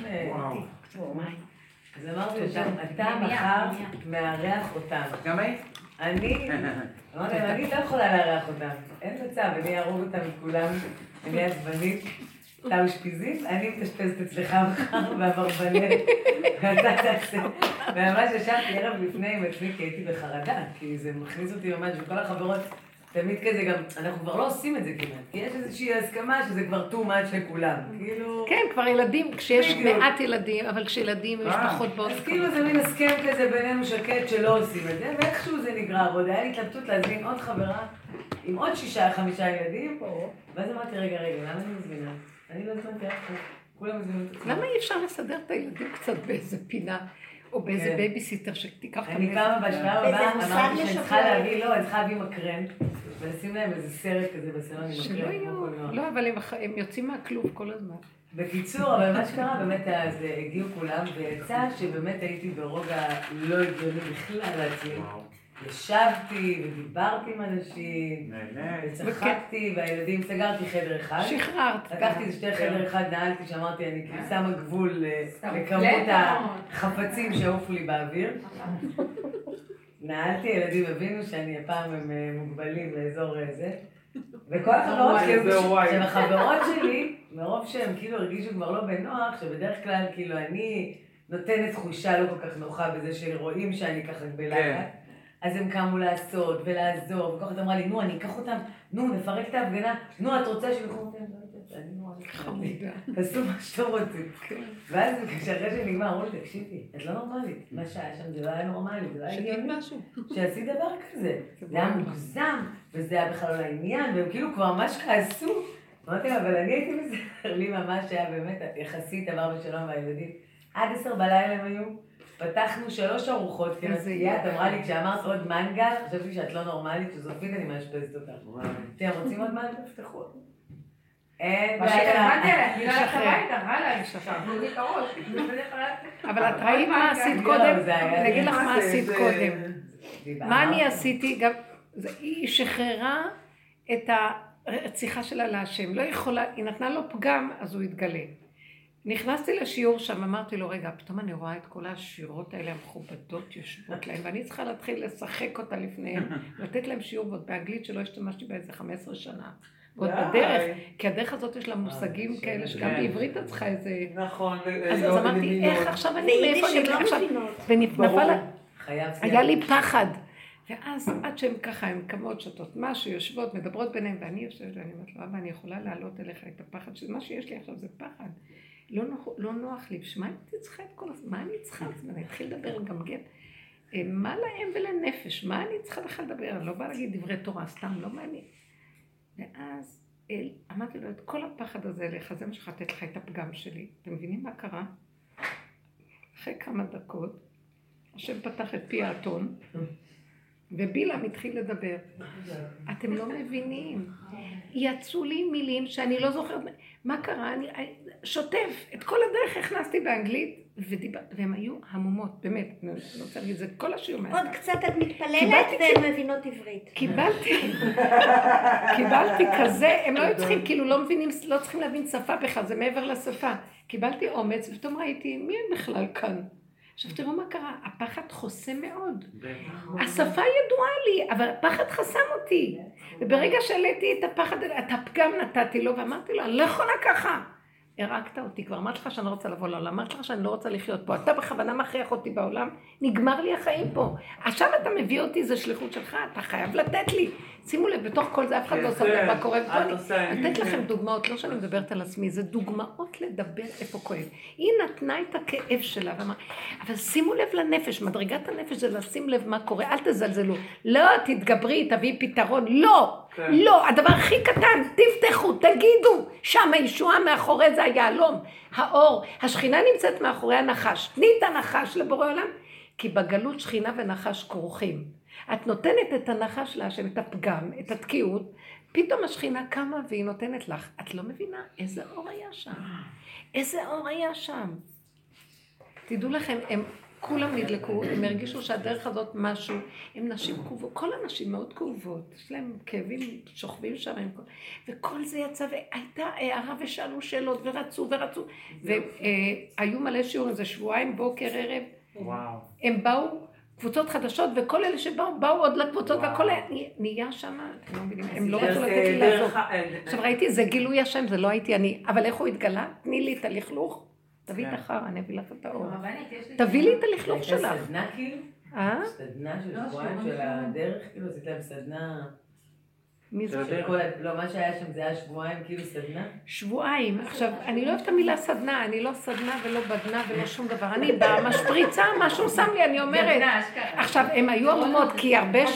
אז אמרתי לשם, אתה מחר מארח אותם. גם היית? אני לא יכולה לארח אותם, אין מצב, אני אערוב אותם מכולם, אני עצבנית, אתה אושפיזית, אני מתאשפזת אצלך מחר באברבנל, ואתה תעשה. וממש ישבתי ערב לפני עם עצמי כי הייתי בחרדה, כי זה מכניס אותי ממש, וכל החברות תמיד כזה גם, אנחנו כבר לא עושים את זה כמעט, כי יש איזושהי הסכמה שזה כבר too much לכולם, כאילו... כן, כבר ילדים, כשיש מעט ילדים, אבל כשילדים יש פחות בעוד. אז כאילו זה מין הסכם כזה בינינו שקט שלא עושים את זה, ואיכשהו זה נגרר, ועוד היה לי התלבטות להזמין עוד חברה עם עוד 6-5 ילדים, ואז אמרתי, רגע, למה אני מזמינה? אני לא הזמנתי אף אחד, כולם מזמינים את עצמם. למה אי אפשר לסדר את הילדים קצת באיזה פינה, או באיזה בייביסיטר שתיקח אותם? אני פעם בשלב הבא אמרתי שאני צריכה להביא, לא, אני צריכה להביא מקרן, ולשים להם איזה סרט כזה בסלון עם שלא מקרן. יהיו, לא, אבל הם יוצאים מהכלוב כל הזמן. בקיצור, אבל מה שקרה, באמת אז הגיעו כולם, ויצא שבאמת הייתי ברוגע לא הגיוני בכלל לעצמי. ישבתי ודיברתי עם אנשים, וצחקתי, והילדים, סגרתי חדר אחד. שחררת. לקחתי את שתי חדר אחד, נעלתי שאמרתי, אני כאילו שמה גבול לכמות החפצים שעופו לי באוויר. נעלתי, ילדים הבינו שאני הפעם הם מוגבלים לאזור זה. וכל החברות שהחברות שלי, מרוב שהם כאילו הרגישו כבר לא בנוח, שבדרך כלל כאילו אני נותנת תחושה לא כל כך נוחה בזה שרואים שאני ככה בלחץ. אז הם קמו לעשות ולעזור, וכל אחד אמרה לי, נו, אני אקח אותם, נו, נפרק את ההפגנה, נו, את רוצה שילכו אותם? אני נורא חמודה. תעשו מה שאתם רוצים. ואז כשאחרי שנגמר, אמרו לי, תקשיבי, את לא נורמלית. מה שהיה שם זה לא היה נורמלי, זה לא היה הגיוני. שעשית דבר כזה. זה היה מוגזם, וזה היה בכלל לא לעניין, והם כאילו כבר ממש כעסו. אמרתי לה, אבל אני הייתי מסתכל לי ממש היה באמת יחסית עבר בשלום והילדים. עד 10 בלילה הם היו. פתחנו 3 ארוחות, כי את אמרה לי, כשאמרת עוד מנגל, חשבתי שאת לא נורמלית, שזופית אני מאשפזת אותך. אתם רוצים עוד מנגל? תפתחו. אין בעיה. אני לא הלכת הביתה, הלאה, שכחנו לי את הראש. אבל את ראית מה עשית קודם? אני אגיד לך מה עשית קודם. מה אני עשיתי? היא שחררה את הרציחה שלה להשם. לא יכולה, היא נתנה לו פגם, אז הוא יתגלה. נכנסתי לשיעור שם, אמרתי לו, רגע, פתאום אני רואה את כל השיעורות האלה המכובדות יושבות להם, ואני צריכה להתחיל לשחק אותה לפניהם, לתת להם שיעור ועוד באנגלית שלא השתמשתי באיזה 15 שנה. ועוד בדרך, כי הדרך הזאת יש לה מושגים כאלה, שגם בעברית את צריכה איזה... נכון. אז אמרתי, איך עכשיו אני, מאיפה אני עכשיו... ונפל, היה לי פחד. ואז עד שהן ככה, הן קמות, שתות משהו, יושבות, מדברות ביניהן, ואני יושבת, ואני אומרת לו, אבא, אני יכולה להעלות אליך את הפחד, שמה שיש לי עכשיו זה פחד. לא נוח לי, שמה אני צריכה את כל הזמן? מה אני צריכה? אז אני אתחיל לדבר גם גט. מה להם ולנפש? מה אני צריכה לך לדבר? אני לא באה להגיד דברי תורה, סתם, לא מעניין. ואז אמרתי לו, את כל הפחד הזה לך, זה מה שצריך לתת לך את הפגם שלי. אתם מבינים מה קרה? אחרי כמה דקות, השם פתח את פי האתון, ובילעם התחיל לדבר. אתם לא מבינים. יצאו לי מילים שאני לא זוכרת. מה קרה? אני שוטף. את כל הדרך הכנסתי באנגלית, והם היו המומות, באמת. אני לא רוצה להגיד, זה כל השיעור מהזמן. עוד קצת את מתפללת והן מבינות עברית. קיבלתי כזה, הם לא היו צריכים, כאילו לא מבינים, לא צריכים להבין שפה בכלל, זה מעבר לשפה. קיבלתי אומץ, ופתאום ראיתי, מי הם בכלל כאן? עכשיו תראו מה קרה, הפחד חוסם מאוד. השפה ידועה לי, אבל הפחד חסם אותי. וברגע שעליתי את הפחד, את הפגם נתתי לו, ואמרתי לו, אני לא יכולה ככה. הרקת אותי, כבר אמרתי לך שאני לא רוצה לבוא לעולם, אמרתי לך שאני לא רוצה לחיות פה, אתה בכוונה מכריח אותי בעולם, נגמר לי החיים פה. עכשיו אתה מביא אותי, זה שליחות שלך, אתה חייב לתת לי. שימו לב, בתוך כל זה אף אחד לא שם לב מה קורה. אני אתן לכם דוגמאות, לא שאני מדברת על עצמי, זה דוגמאות לדבר איפה כואב. היא נתנה את הכאב שלה, אבל שימו לב לנפש, מדרגת הנפש זה לשים לב מה קורה, אל תזלזלו. לא, תתגברי, תביאי פתרון, לא, לא, הדבר הכי קטן, תפתחו, תגידו, שם הישועה מאחורי זה היעלום, האור, השכינה נמצאת מאחורי הנחש, תני את הנחש לבורא עולם, כי בגלות שכינה ונחש כרוכים. את נותנת את הנחש להשם, את הפגם, את התקיעות, פתאום השכינה קמה והיא נותנת לך. את לא מבינה איזה אור היה שם. איזה אור היה שם. תדעו לכם, הם כולם נדלקו, הם הרגישו שהדרך הזאת משהו, הם נשים כאובות, כל הנשים מאוד כאובות, יש להם כאבים שוכבים שם, וכל זה יצא, והייתה הערה ושאלו שאלות, ורצו, והיו מלא שיעורים, זה שבועיים, בוקר, ערב, הם באו, קבוצות חדשות, וכל אלה שבאו, באו עוד לקבוצות, והכל נהיה שם, אתם לא מבינים, הם לא רצו לתת לי לעזור. עכשיו ראיתי, זה גילוי השם, זה לא הייתי אני, אבל איך הוא התגלה? תני לי את הלכלוך, תביא את החר, אני אביא לך את האור. תביא לי את הלכלוך שלך. זה סדנה כאילו? סדנה של שבועיים של הדרך, כאילו, עשית להם סדנה... מי זה? לא, מה שהיה שם זה היה שבועיים, כאילו סדנה? שבועיים. עכשיו, אני לא אוהבת את המילה סדנה, אני לא סדנה ולא בדנה ולא שום דבר. אני במשפריצה, משהו שם לי, אני אומרת. עכשיו, הם היו ערומות, כי הרבה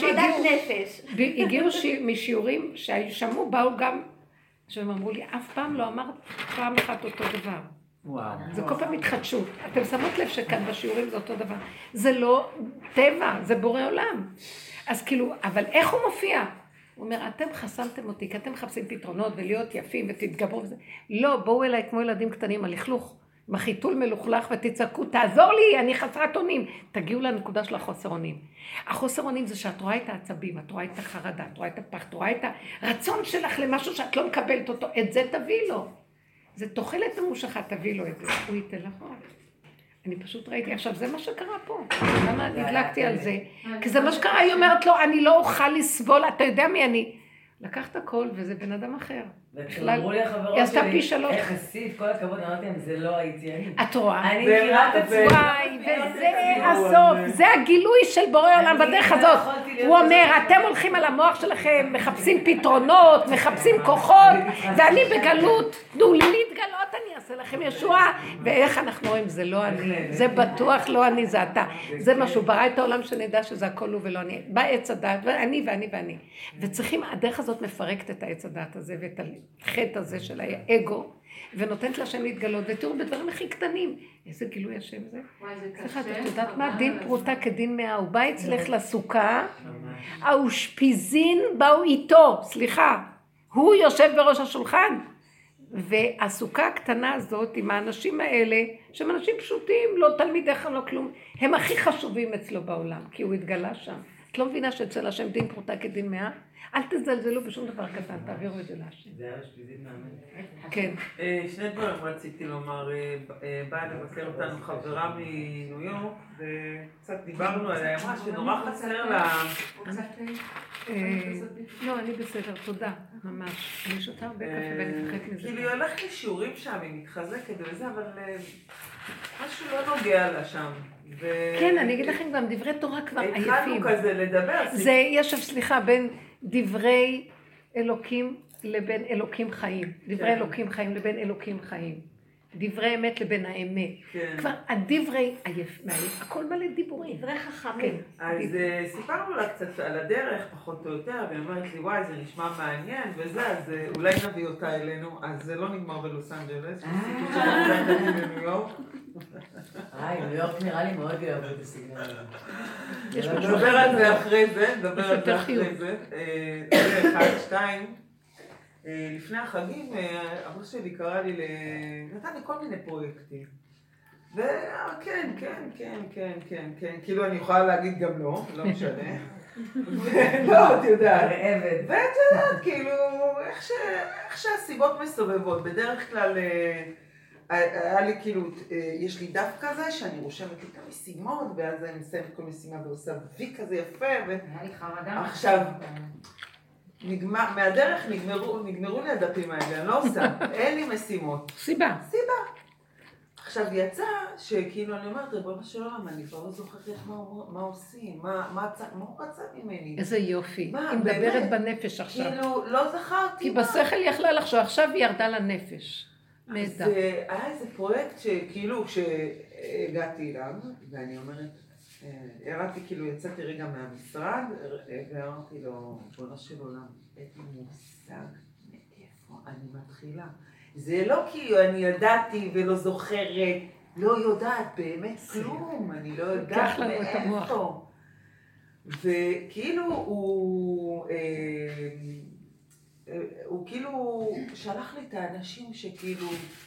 שהגיעו משיעורים ששמעו, באו גם, שהם אמרו לי, אף פעם לא אמרת פעם אחת אותו דבר. זה כל פעם התחדשות. אתם שמות לב שכאן בשיעורים זה אותו דבר. זה לא טבע, זה בורא עולם. אז כאילו, אבל איך הוא מופיע? הוא אומר, אתם חסמתם אותי, כי אתם מחפשים פתרונות ולהיות יפים ותתגברו וזה. לא, בואו אליי כמו ילדים קטנים, הלכלוך, עם החיתול מלוכלך ותצעקו, תעזור לי, אני חסרת אונים. תגיעו לנקודה של החוסר אונים. החוסר אונים זה שאת רואה את העצבים, את רואה את החרדה, את רואה את הפח, את רואה את הרצון שלך למשהו שאת לא מקבלת אותו, את זה תביא לו. זה תוחלת ממושכה, תביא לו את זה, הוא ייתן לך עוד. אני פשוט ראיתי, עכשיו זה מה שקרה פה, למה הדלקתי על זה? כי זה מה שקרה, היא אומרת לו, אני לא אוכל לסבול, אתה יודע מי אני? לקחת הכל וזה בן אדם אחר. וכשאמרו לי החברות שלי, איך עשית, כל הכבוד, אמרתי להם, זה לא הייתי אני. את רואה? אני מכירה את עצמי. וזה הסוף, זה הגילוי של בורא עולם בדרך הזאת. הוא אומר, אתם הולכים על המוח שלכם, מחפשים פתרונות, מחפשים כוחות, ואני בגלות, תנו לי להתגלות, אני אעשה לכם ישועה. ואיך אנחנו רואים, זה לא אני, זה בטוח לא אני, זה אתה. זה משהו, ברא את העולם שנדע שזה הכל הוא ולא אני. בא עץ הדת, ואני ואני ואני. וצריכים, הדרך הזאת מפרקת את העץ הדת הזה ואת החטא הזה של האגו, ונותנת לשם להתגלות, ותראו בדברים הכי קטנים, איזה גילוי השם זה? סליחה, את יודעת מה? דין פרוטה כדין מאה, הוא בא אצלך לסוכה, האושפיזין באו איתו, סליחה, הוא יושב בראש השולחן, והסוכה הקטנה הזאת עם האנשים האלה, שהם אנשים פשוטים, לא תלמידי חם, לא כלום, הם הכי חשובים אצלו בעולם, כי הוא התגלה שם. את לא מבינה שאצל השם דין פרוטה כדין מאה? אל תזלזלו בשום דבר קטן, תעבירו את זה להשם. זה היה שפיזית מאמן. כן. שני דברים רציתי לומר, באה לבקר אותנו חברה מניו יורק, וקצת דיברנו עליה, אמרה שנורא חסר לה... לא, אני בסדר, תודה, ממש. אני שותה הרבה קפה ואני מפחדת מזה. כאילו היא הולכת לשיעורים שם, היא מתחזקת וזה, אבל משהו לא נוגע לה שם. כן, אני אגיד לכם גם דברי תורה כבר עייפים. התחלנו כזה לדבר. זה, יש סליחה, בין דברי אלוקים לבין אלוקים חיים. דברי אלוקים חיים לבין אלוקים חיים. דברי אמת לבין האמת. כבר הדברי עייף, הכל מלא דיבורים. דברי חכמים. אז סיפרנו לה קצת על הדרך, פחות או יותר, והיא אומרת לי, וואי, זה נשמע מעניין וזה, אז אולי נביא אותה אלינו. אז זה לא נגמר בלוס אנג'לס, שסיפור שאנחנו נביא לניו יורק. ניו יורק נראה לי מאוד יאהבו את הסגנון הזה. נדבר על זה אחרי זה, זה אחד, שתיים. לפני החגים, אבא שלי קרא לי, נתן לי כל מיני פרויקטים. וכן, כאילו אני יכולה להגיד גם לא משנה. לא, את יודעת. ואת יודעת, כאילו, איך שהסיבות מסובבות, בדרך כלל היה לי כאילו, יש לי דף כזה שאני רושמת לי את המשימות, ואז אני מסיימת כל משימה ועושה וי כזה יפה, עכשיו, מהדרך נגמרו לי הדפים האלה, אני לא עושה, אין לי משימות. סיבה. עכשיו יצא שכאילו אני אומרת, ריבונו של עולם, אני כבר לא זוכרת מה עושים, מה הוא רצה ממני. איזה יופי, היא מדברת בנפש עכשיו. כאילו, לא זכרתי. כי בשכל יכלה לחשוב, עכשיו היא ירדה לנפש. אז היה איזה פרויקט שכאילו כשהגעתי אליו, ואני אומרת, הראתי כאילו, יצאתי רגע מהמשרד, ואמרתי לו, ריבונו של עולם, אין לי מושג מאיפה אני מתחילה. זה לא כאילו אני ידעתי ולא זוכרת, לא יודעת באמת כלום, אני לא יודעת מאיפה. וכאילו הוא כאילו שלח לי את האנשים שכאילו,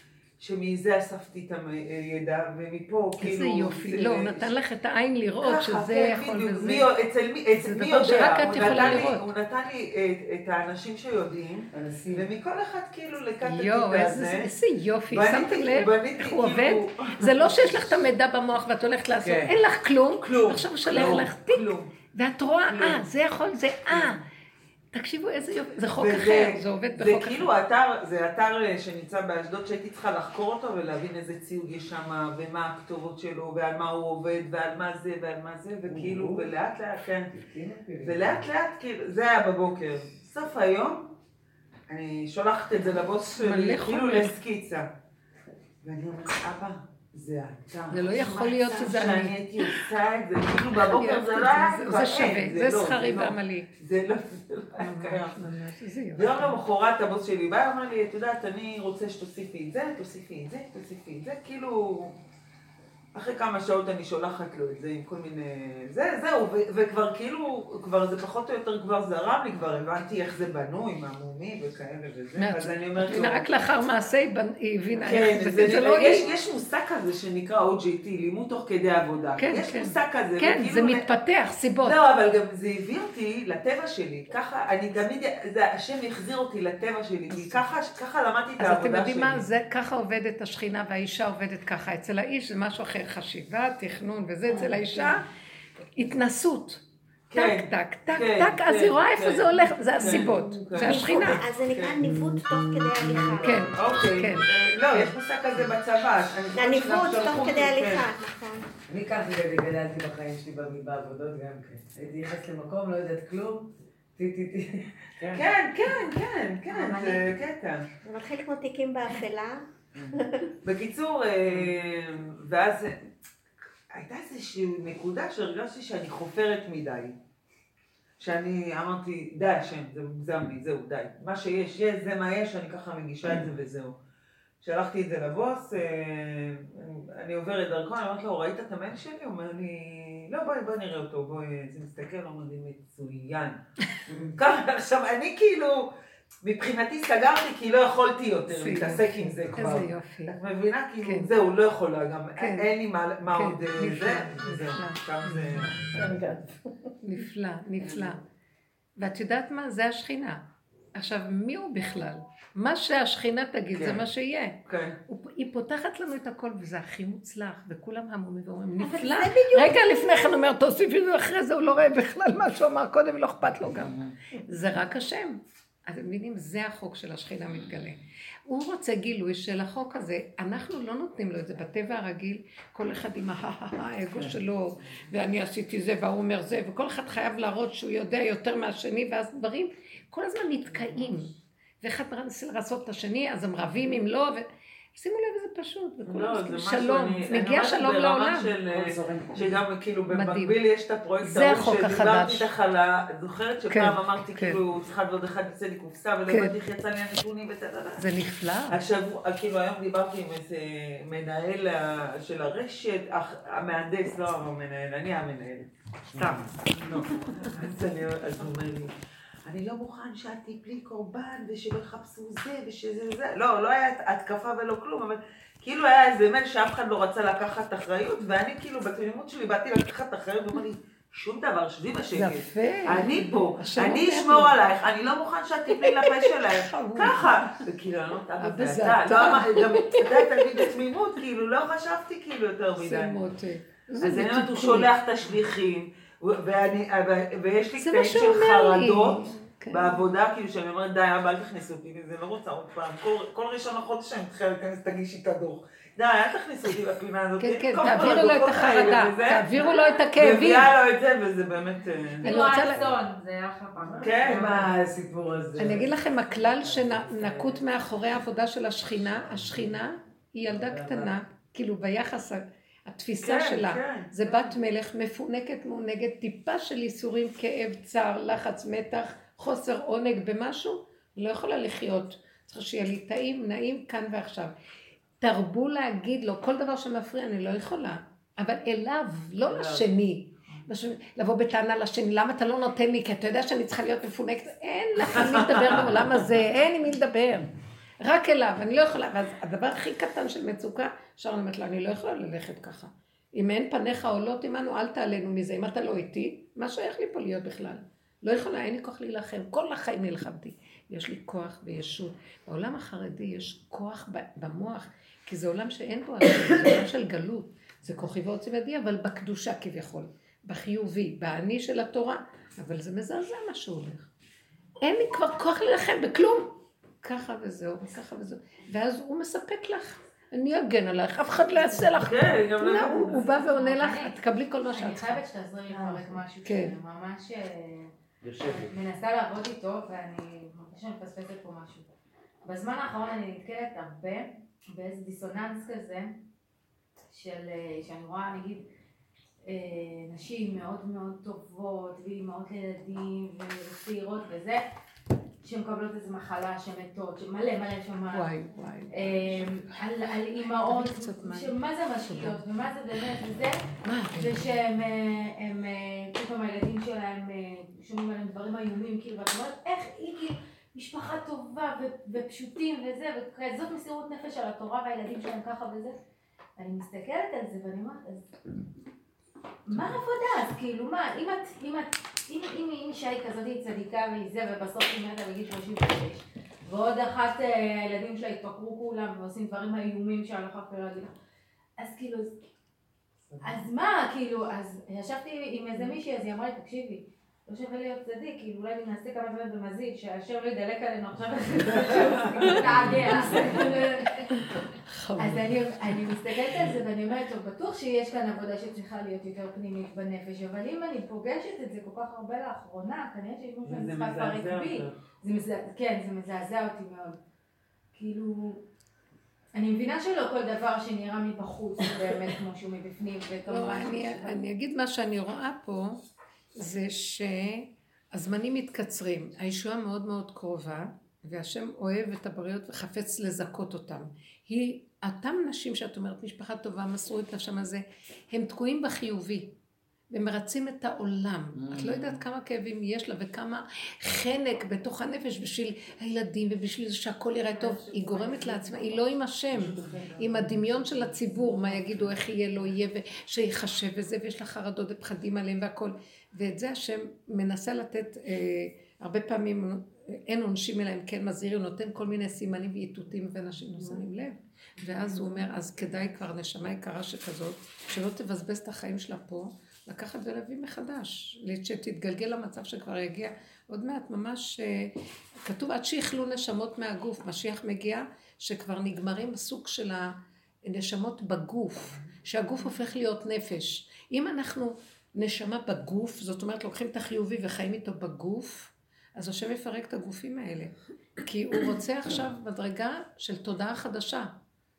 שמזה אספתי את הידע, ומפה כאילו... איזה יופי, לא, הוא נתן לך את העין לראות שזה יכול וזה... אצל מי יודע, הוא נתן לי את האנשים שיודעים, ומכל אחד כאילו לקטתי את זה. איזה יופי, שמתם לב איך הוא עובד? זה לא שיש לך את המידע במוח ואת הולכת לעשות, אין לך כלום, עכשיו הוא שלח לך טיק, ואת רואה, זה יכול, זה תקשיבו איזה יופי, זה חוק אחר, זה עובד בחוק אחר. זה כאילו זה אתר שנמצא באשדוד שהייתי צריכה לחקור אותו ולהבין איזה ציוג יש שם ומה הכתובות שלו ועל מה הוא עובד ועל מה זה ועל מה זה וכאילו ולאט לאט, כן, ולאט לאט כאילו, זה היה בבוקר. סוף היום אני שולחת את זה לבוס שלי כאילו לסקיצה. ואני אומרת, אבא, זה אתה. זה לא יכול להיות שזה אני. שאני הייתי עושה את זה, כאילו בבוקר זה לא היה כבר. זה שווה, זה שכרי ועמלי. זה לא היה קיים. יום למחרת הבוס שלי בא, אמר לי, את יודעת, אני רוצה שתוסיפי את זה, תוסיפי את זה, כאילו... אחרי כמה שעות אני שולחת לו את זה עם כל מיני... זהו, וכבר כאילו, כבר זה פחות או יותר כבר זרם לי, כבר הבנתי איך זה בנוי, עם המומי וכאלה וזה, אז אני אומרת לו... רק לאחר מעשה היא הבינה איך זה לא... יש מושג כזה שנקרא OJT, לימוד תוך כדי עבודה. יש מושג כזה. כן, זה מתפתח, סיבות. לא, אבל גם זה הביא אותי לטבע שלי, ככה, אני תמיד, השם החזיר אותי לטבע שלי, כי ככה למדתי את העבודה שלי. אז אתם יודעים מה, זה ככה עובדת השכינה, והאישה עובדת ככה. אצל האיש זה משהו אחר. חשיבה, תכנון וזה אצל האישה, התנסות. טק, טק, טק, טק, אז היא רואה איפה זה הולך, זה הסיבות, זה השכינה. אז זה נקרא ניווט תוך כדי הליכה. כן, כן. לא, יש מושג כזה בצבא. זה ניווט תוך כדי הליכה, נכון. אני ככה גדלתי בחיים שלי בעבודות גם כן. הייתי נכנס למקום, לא יודעת כלום, כן, זה קטע. זה מתחיל כמו תיקים באפלה. בקיצור, ואז הייתה איזושהי נקודה שהרגשתי שאני חופרת מדי. שאני אמרתי, די השם, זה מוגזם לי, זהו, די. מה שיש, זה מה יש, אני ככה מגישה את זה וזהו. שלחתי את זה לבוס, אני עוברת דרכו, אני אומרת לו, ראית את המייל שלי? הוא אומר לי, לא, בואי נראה אותו, בואי, זה מסתכל, הוא אומר לי, מצוין. עכשיו, אני כאילו... מבחינתי סגרתי כי לא יכולתי יותר להתעסק עם זה כבר. איזה יופי. את מבינה? כאילו זהו, לא יכולה גם. אין לי מה עוד זה. נפלא, נפלא. ואת יודעת מה? זה השכינה. עכשיו, מי הוא בכלל? מה שהשכינה תגיד זה מה שיהיה. היא פותחת לנו את הכל וזה הכי מוצלח. וכולם המומים ואומרים, נפלא. רגע לפני כן אומר, תוסיפי את זה אחרי זה, הוא לא רואה בכלל מה שהוא אמר קודם, לא אכפת לו גם. זה רק השם. אתם מבינים, זה החוק של השכינה מתגלה. הוא רוצה גילוי של החוק הזה, אנחנו לא נותנים לו את זה בטבע הרגיל, כל אחד עם האגו שלו, ואני עשיתי זה והוא אומר זה, וכל אחד חייב להראות שהוא יודע יותר מהשני, ואז דברים כל הזמן נתקעים, ואחד מנסה לרצות את השני, אז הם רבים אם לא, שימו לב, זה פשוט, לא, שלום, מגיע שלום לעולם. שגם כאילו במקביל יש את הפרויקט שדיברתי איתך על זוכרת שפעם אמרתי כאילו צריכה ועוד אחד יצא לי קופסה ולא הבנתי איך יצא לי הנתונים זה נפלא. כאילו היום דיברתי עם איזה מנהל של הרשת, המהנדס, לא המנהל, אני המנהלת, סתם. אז הוא אומר לי, אני לא מוכן שאת תיפלי קורבן ושלא יחפשו זה ושזה זה. לא היה התקפה ולא כלום, אבל כאילו היה איזה מייל שאף אחד לא רצה לקחת אחריות, ואני כאילו בתמימות שלי באתי לקחת אחריות ואומר לי, שום דבר, שבי בשקט. אני פה, אני אשמור עלייך, אני לא מוכן שאת תיפלי לפה שלך. ככה. וכאילו, אני לא יודעת, גם אתה תגיד בתמימות, כאילו, לא חשבתי כאילו יותר מדי. אז אני אומרת, הוא שולח את השליחים, ויש לי קטעים של חרדות בעבודה, כאילו שאני אומרת, די, אל תכניסו אותי, וזה לא רוצה עוד פעם. כל ראשון לחודש אני מתחילה להיכנס, תגישי את הדוח. די, אל תכניסו אותי בפינה הזאת. כן, כן, תעבירו לו את החרדה, תעבירו לו את הכאבים. מביאה לו את זה, וזה באמת... לא האסון, זה היה חפן. כן, מה הסיפור הזה? אני אגיד לכם, הכלל שנקוט מאחורי העבודה של השכינה היא ילדה קטנה, כאילו ביחס... התפיסה שלה, זה בת מלך, מפונקת, מעונגת, טיפה של איסורים, כאב, צער, לחץ, מתח, חוסר עונג במשהו, לא יכולה לחיות. צריך שיהיה לי טעים, נעים, כאן ועכשיו. תרבו להגיד לו, כל דבר שמפריע אני לא יכולה, אבל אליו, לא לשני. לבוא בטענה לשני, למה אתה לא נותן לי, כי אתה יודע שאני צריכה להיות מפונקת, אין לך מי לדבר בעולם הזה, אין עם מי לדבר. רק אליו, אני לא יכולה, ואז הדבר הכי קטן של מצוקה, אפשר אומרת לה, אני לא יכולה ללכת ככה. אם אין פניך עולות עמנו, אל תעלנו מזה, אם אתה לא איתי, מה שייך לי פה להיות בכלל? לא יכולה, אין לי כוח להילחם, כל החיים נלחמתי. יש לי כוח וישות. בעולם החרדי יש כוח במוח, כי זה עולם שאין בו, זה עולם של גלות, זה כוחי ועוצם ידי, אבל בקדושה כביכול, בחיובי, בעני של התורה, אבל זה מזעזע מה שהולך. אין לי כבר כוח להילחם בכלום. ככה וזהו, וככה וזהו. ואז הוא מספק לך. אני אגן עליך, אף אחד לא יעשה לך. הוא בא ועונה לך, תקבלי כל מה שאת. אני חייבת שתעזרי לי לפרק משהו שממש מנסה לעבוד איתו, ואני מרגישה שאני מפספסת פה משהו. בזמן האחרון אני נתקלת הרבה באיזה דיסוננס כזה, שאני רואה, נגיד, נשים מאוד מאוד טובות, ואימהות לילדים, וצעירות וזה, שמקבלות איזו מחלה, שמתות, שמלא שמע, על אימהות, שמה זה משקיעות, ומה זה באמת, וזה, ושהם, פתאום הילדים שלהם, שומעים עליהם דברים איומים, כאילו, ואת אומרת, איך היא משפחה טובה ופשוטים וזה, וכזאת מסירות נפש על התורה והילדים שלהם ככה וזה, אני מסתכלת על זה ואני אומרת, אז מה העבודה? אז כאילו מה, אם אישה היא כזאת צדיקה והיא זה, ובסוף היא מתה בגיל 36, ועוד אחת הילדים שלה התפקרו כולם ועושים דברים איומים שהלכה פרדינה, אז כאילו, אז מה, כאילו, אז ישבתי עם איזה מישהי, אז היא אמרה לי, תקשיבי, לא שווה להיות צדיק, כאילו אולי נעשה כמה דברים במזיד, שהשם לא ידלק עלינו עכשיו, אז אני מסתכלת על זה ואני אומרת, טוב, בטוח שיש כאן עבודה שצריכה להיות יותר פנימית בנפש, אבל אם אני פוגשת את זה כל כך הרבה לאחרונה, כנראה שיש משהו שאני צריכה לפרק בי. כן, זה מזעזע אותי מאוד. כאילו, אני מבינה שלא כל דבר שנראה מבחוץ הוא באמת כמו שהוא מבפנים. אני אגיד מה שאני רואה פה, זה שהזמנים מתקצרים, הישועה מאוד מאוד קרובה, והשם אוהב את הבריות וחפץ לזכות אותם. אותם נשים שאת אומרת, משפחה טובה, מסרו את נפשם הזה, הם תקועים בחיובי, ומרצים את העולם. את לא יודעת כמה כאבים יש לה, וכמה חנק בתוך הנפש בשביל הילדים, ובשביל זה שהכל יראה טוב. היא גורמת לעצמה, היא לא עם השם, עם הדמיון של הציבור, מה יגידו, איך יהיה, לא יהיה, ושיחשב וזה, ויש לה חרדות ופחדים עליהם והכל. ואת זה השם מנסה לתת, הרבה פעמים אין עונשים אלא אם כן מזהיר, הוא נותן כל מיני סימנים ואיתותים ואנשים לא שמים לב. ואז הוא אומר, אז כדאי כבר נשמה יקרה שכזאת, שלא תבזבז את החיים שלה פה, לקחת ולהביא מחדש, שתתגלגל למצב שכבר יגיע עוד מעט, ממש כתוב עד שיכלו נשמות מהגוף, משיח מגיע, שכבר נגמרים הסוג של הנשמות בגוף, שהגוף הופך להיות נפש. אם אנחנו נשמה בגוף, זאת אומרת לוקחים את החיובי וחיים איתו בגוף, אז השם יפרק את הגופים האלה, כי הוא רוצה עכשיו מדרגה של תודעה חדשה.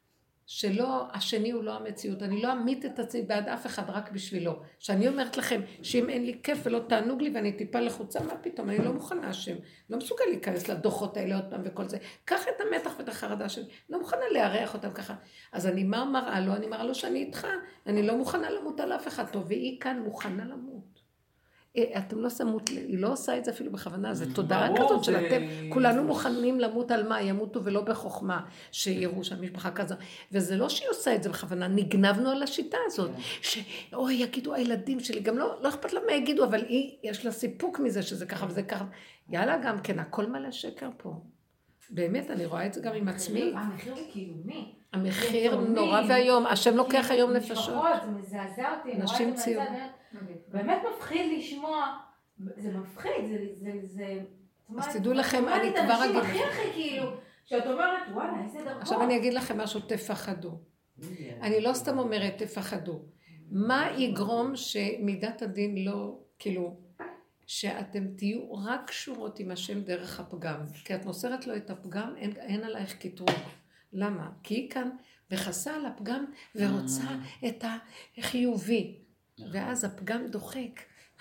שלא, השני הוא לא המציאות, אני לא אמית את עצמי בעד אף אחד רק בשבילו. שאני אומרת לכם, שאם אין לי כיף ולא תענוג לי ואני טיפה לחוצה, מה פתאום, אני לא מוכנה השם, לא מסוגל להיכנס לדוחות האלה עוד פעם וכל זה. קח את המתח ואת החרדה שלי, לא מוכנה לארח אותם ככה. אז אני מראה לו, אני מראה לו שאני איתך, אני לא מוכנה למות על אף אחד טוב, והיא כאן מוכנה למות. אתם לא שמות, היא לא עושה את זה אפילו בכוונה, זה תודעה כזאת של אתם, כולנו מוכנים למות על מה, ימותו ולא בחוכמה, שיראו שהמשפחה כזאת, וזה לא שהיא עושה את זה בכוונה, נגנבנו על השיטה הזאת, שאוי, יגידו הילדים שלי, גם לא אכפת לה מה יגידו, אבל היא, יש לה סיפוק מזה שזה ככה וזה ככה, יאללה גם כן, הכל מלא שקר פה. באמת, אני רואה את זה גם עם עצמי. המחיר הוא קיומי. המחיר נורא והיום, השם לוקח היום נפשות. זה מזעזע אותי, נשים ציור. באמת מפחיד לשמוע, זה מפחיד, זה... אז תדעו לכם, אני כבר אגיד... הכי כאילו, שאת אומרת, וואלה, איזה דרכות. עכשיו אני אגיד לכם משהו, תפחדו. אני לא סתם אומרת, תפחדו. מה יגרום שמידת הדין לא, כאילו, שאתם תהיו רק קשורות עם השם דרך הפגם? כי את מוסרת לו את הפגם, אין עלייך קטרוג. למה? כי היא כאן מכסה על הפגם ורוצה את החיובי. ואז הפגם דוחק.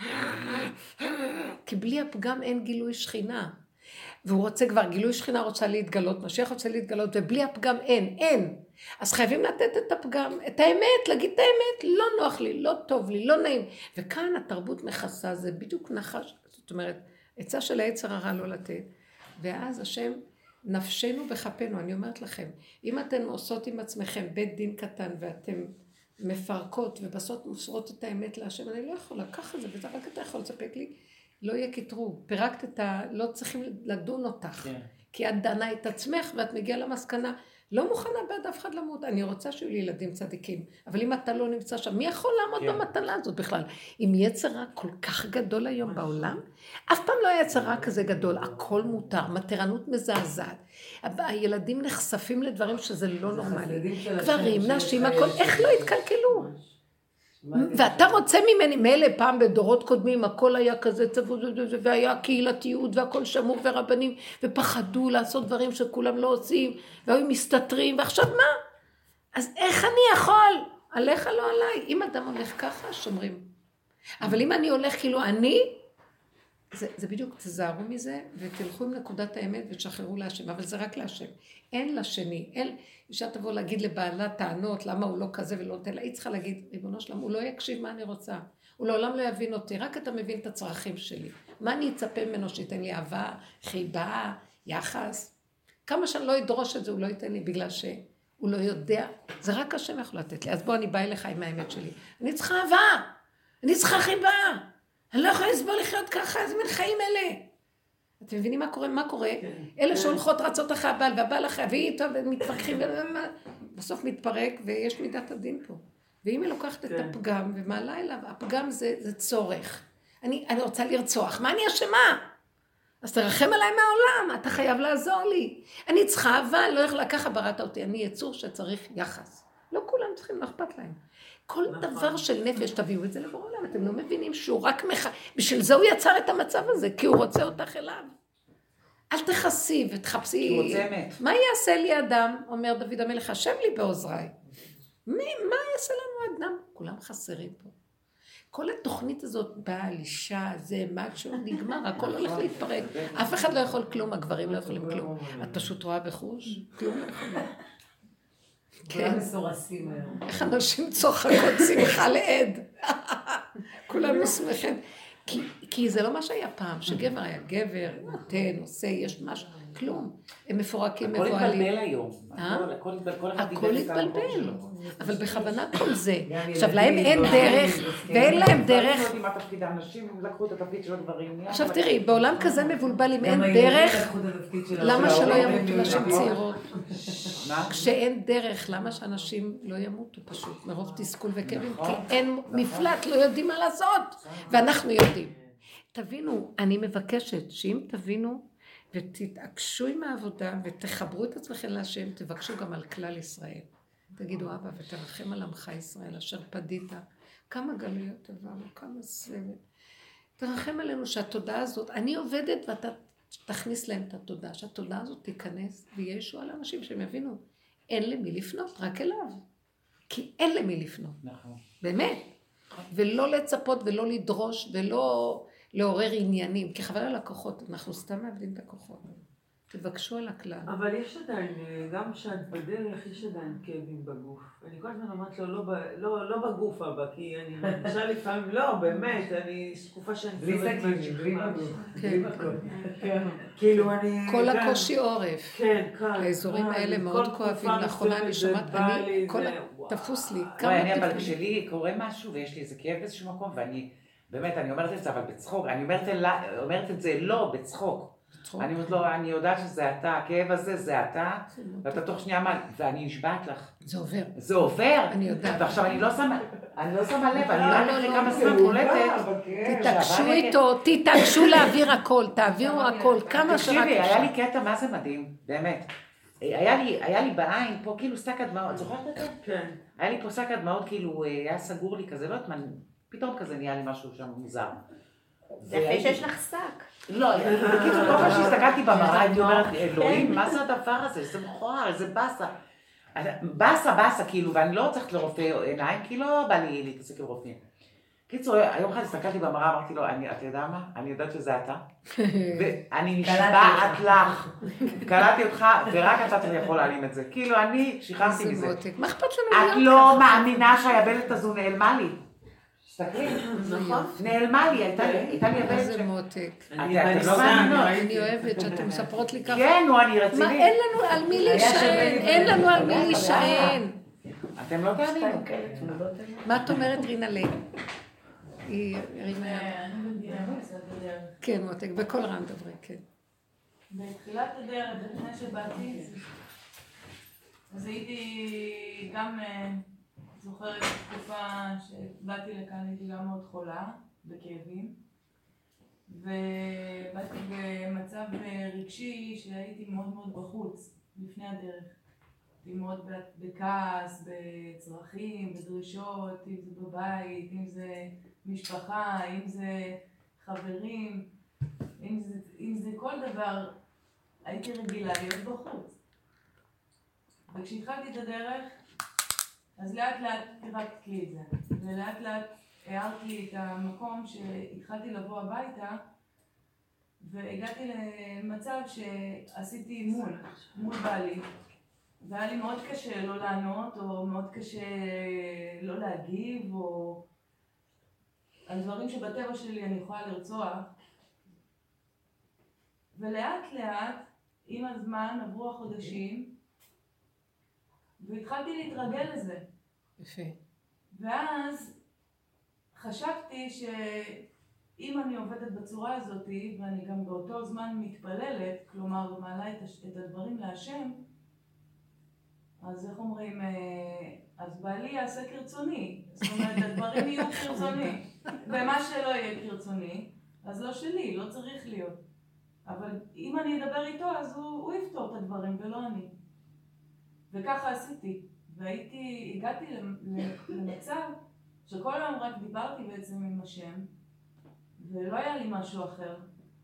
כי בלי הפגם אין גילוי שכינה. והוא רוצה כבר, גילוי שכינה רוצה להתגלות, משיח רוצה להתגלות, ובלי הפגם אין. אז חייבים לתת את הפגם, את האמת, להגיד את האמת, לא נוח לי, לא טוב לי, לא נעים. וכאן התרבות מכסה, זה בדיוק נחש, זאת אומרת, עצה של היצר הרע לא לתת. ואז השם, נפשנו בחפנו, אני אומרת לכם, אם אתן עושות עם עצמכם בית דין קטן, ואתם מפרקות ובסוף מוסרות את האמת להשם, אני לא יכולה, ככה זה, וזה רק אתה יכול לספק לי, לא יהיה קטרוג, פירקת את לא צריכים לדון אותך, כי את דנה את עצמך ואת מגיעה למסקנה, לא מוכנה בעד אף אחד למות, אני רוצה שיהיו לי ילדים צדיקים, אבל אם אתה לא נמצא שם, מי יכול לעמוד במטלה הזאת בכלל? אם יצר רע כל כך גדול היום בעולם, אף פעם לא יצר רע כזה גדול, הכל מותר, מטרנות מזעזעת, הילדים נחשפים לדברים שזה לא נורמלי, גברים, נשים, הכל, איך לא התקלקלו? ואתה רוצה ממני, מילא פעם בדורות קודמים, הכל היה כזה צבוד, והיה קהילתיות, והכל שמור ורבנים, ופחדו לעשות דברים שכולם לא עושים, והיו מסתתרים, ועכשיו מה? אז איך אני יכול? עליך לא עליי. אם אדם הולך ככה, שומרים. אבל אם אני הולך כאילו אני, זה בדיוק, תזהרו מזה, ותלכו עם נקודת האמת ותשחררו להשם, אבל זה רק להשם. אין לשני, אין, אישה תבוא להגיד לבעלה טענות, למה הוא לא כזה ולא נותן לה, היא צריכה להגיד, ריבונו שלם, הוא לא יקשיב מה אני רוצה, הוא לעולם לא יבין אותי, רק אתה מבין את הצרכים שלי. מה אני אצפה ממנו שייתן לי אהבה, חיבה, יחס? כמה שאני לא אדרוש את זה, הוא לא ייתן לי, בגלל שהוא לא יודע, זה רק השם יכול לתת לי. אז בוא, אני באה אליך עם האמת שלי. אני צריכה אהבה, אני צריכה חיבה. אני לא יכולה לסבול לחיות ככה, איזה מין חיים אלה. אתם מבינים מה קורה? מה קורה? אלה שהולכות רצות אחרי הבעל, והבעל אחרי, והיא איתו, ומתפרקים, בסוף מתפרק, ויש מידת הדין פה. ואם היא לוקחת את הפגם, ומעלה אליו, הפגם זה צורך. אני רוצה לרצוח, מה אני אשמה? אז תרחם עליי מהעולם, אתה חייב לעזור לי. אני צריכה אהבה, לא יכולה, ככה בראת אותי, אני יצור שצריך יחס. לא כולם צריכים, לא אכפת להם. כל דבר של נפש, תביאו את זה לבורא עולם, אתם לא מבינים שהוא רק בשביל זה הוא יצר את המצב הזה, כי הוא רוצה אותך אליו. אל תחסי ותחפשי. הוא רוצה אמת. מה יעשה לי אדם, אומר דוד המלך, השם לי בעוזריי. מה יעשה לנו אדם? כולם חסרים פה. כל התוכנית הזאת באה על אישה, זה משהו נגמר, הכל הולך להתפרק. אף אחד לא יכול כלום, הגברים לא יכולים כלום. את פשוט רואה בחוש? כלום לא יכולים. כולם מסורסים היום. איך אנשים צוחקות שמחה לעד. כולנו שמחים. כי זה לא מה שהיה פעם, שגבר היה גבר, נותן, עושה, יש משהו, כלום. הם מפורקים, מבועלים. הכל התבלבל היום. הכל התבלבל. אבל בכוונה כל זה. עכשיו, להם אין דרך, ואין להם דרך. עכשיו תראי, בעולם כזה מבולבל, אם אין דרך, למה שלא ימותו נשים צעירות? כשאין דרך, למה שאנשים לא ימותו פשוט, מרוב תסכול וכאבים? כי אין מפלט, לא יודעים מה לעשות, ואנחנו יודעים. תבינו, אני מבקשת שאם תבינו ותתעקשו עם העבודה ותחברו את עצמכם להשם, תבקשו גם על כלל ישראל. תגידו, אבא, ותרחם על עמך ישראל, אשר פדית, כמה גלויות עברנו, כמה סבל. תרחם עלינו שהתודעה הזאת, אני עובדת ואתה תכניס להם את התודעה, שהתודעה הזאת תיכנס ויהיה ישועה לאנשים שהם יבינו. אין למי לפנות, רק אליו. כי אין למי לפנות. נכון. באמת. ולא לצפות ולא לדרוש ולא לעורר עניינים. כי חבל על הכוחות, אנחנו סתם מאבדים את הכוחות. תבקשו על הכלל. אבל יש עדיין, גם כשאת בדרך, יש עדיין כאבים בגוף. אני כל הזמן אומרת לו, לא בגוף הבא, כי אני מרגישה לפעמים, לא, באמת, אני שקופה שאני סובלת משהו. בלי בגוף. בלי בגוף. כאילו אני... כל הקושי עורף. כן, כאן. האזורים האלה מאוד כואבים. לאחרונה אני שומעת, תפוס לי. אבל כשלי קורה משהו ויש לי איזה כאב באיזשהו מקום, ואני, באמת, אני אומרת את זה, אבל בצחוק. אני אומרת את זה לא בצחוק. אני אומרת לו, אני יודעת שזה אתה, הכאב הזה זה אתה, ואתה תוך שנייה אמר, ואני נשבעת לך. זה עובר. זה עובר. אני יודעת. ועכשיו אני לא שמה לב, אני רק אחרי כמה סיום מולדת. תתעקשו איתו, תתעקשו להעביר הכל, תעבירו הכל, כמה שרק תקשיבי, היה לי קטע, מה זה מדהים, באמת. היה לי בעין פה כאילו שק הדמעות, זוכרת את זה? כן. היה לי פה שק הדמעות, כאילו היה סגור לי כזה, לא יודעת מה, פתאום כזה נהיה לי משהו שם מוזר. זה יפה שיש לך שק. לא, בקיצור, כל פעם שהסתכלתי במראה, הייתי אומרת, אלוהים, מה זה הדבר הזה? איזה מכוער, איזה באסה, כאילו, ואני לא צריכת לרופא עיניים, כי לא בא לי להתעסק עם רופאים. קיצור, היום אחד הסתכלתי במראה, אמרתי לו, אתה יודע מה? אני יודעת שזה אתה. ואני נשבעת לך. קלטתי אותך, ורק אתה יכול להעלים את זה. כאילו, אני שחררתי מזה. מה אכפת לנו? את לא מאמינה שהיבלת הזו נעלמה לי. תסתכלי, נכון? נעלמה לי, הייתה לי יבלת. איזה מותק. אני אוהבת שאתם מספרות לי ככה. כן, אני רציני. מה, אין לנו על מי להישען, אין לנו על מי להישען. אתם לא תאמינו. מה את אומרת רינה לי? היא רינה. כן, מותק, בכל רם דברי, כן. בתחילת הדרך, לפני שבאתי, אז הייתי גם... זוכרת תקופה שבאתי לכאן, הייתי גם מאוד חולה, בכאבים, ובאתי במצב רגשי שהייתי מאוד מאוד בחוץ, לפני הדרך. הייתי מאוד בכעס, בצרכים, בדרישות, אם זה בבית, אם זה משפחה, אם זה חברים, אם זה כל דבר, הייתי רגילה להיות בחוץ. וכשהתחלתי את הדרך, אז לאט לאט פירקתי את זה, ולאט לאט הערתי את המקום שהתחלתי לבוא הביתה, והגעתי למצב שעשיתי אימון מול בעלי, והיה לי מאוד קשה לא לענות, או מאוד קשה לא להגיב, או על דברים שבטבע שלי אני יכולה לרצוח. ולאט לאט, עם הזמן, עברו החודשים, והתחלתי להתרגל לזה. יפה. ואז חשבתי שאם אני עובדת בצורה הזאת, ואני גם באותו זמן מתפללת, כלומר מעלה את הדברים להשם, אז איך אומרים, אז בעלי יעשה כרצוני. זאת אומרת, הדברים יהיו כרצוני. ומה שלא יהיה כרצוני, אז לא שלי, לא צריך להיות. אבל אם אני אדבר איתו, אז הוא יפתור את הדברים ולא אני. וככה עשיתי, הגעתי למצב שכל היום רק דיברתי בעצם עם השם, ולא היה לי משהו אחר.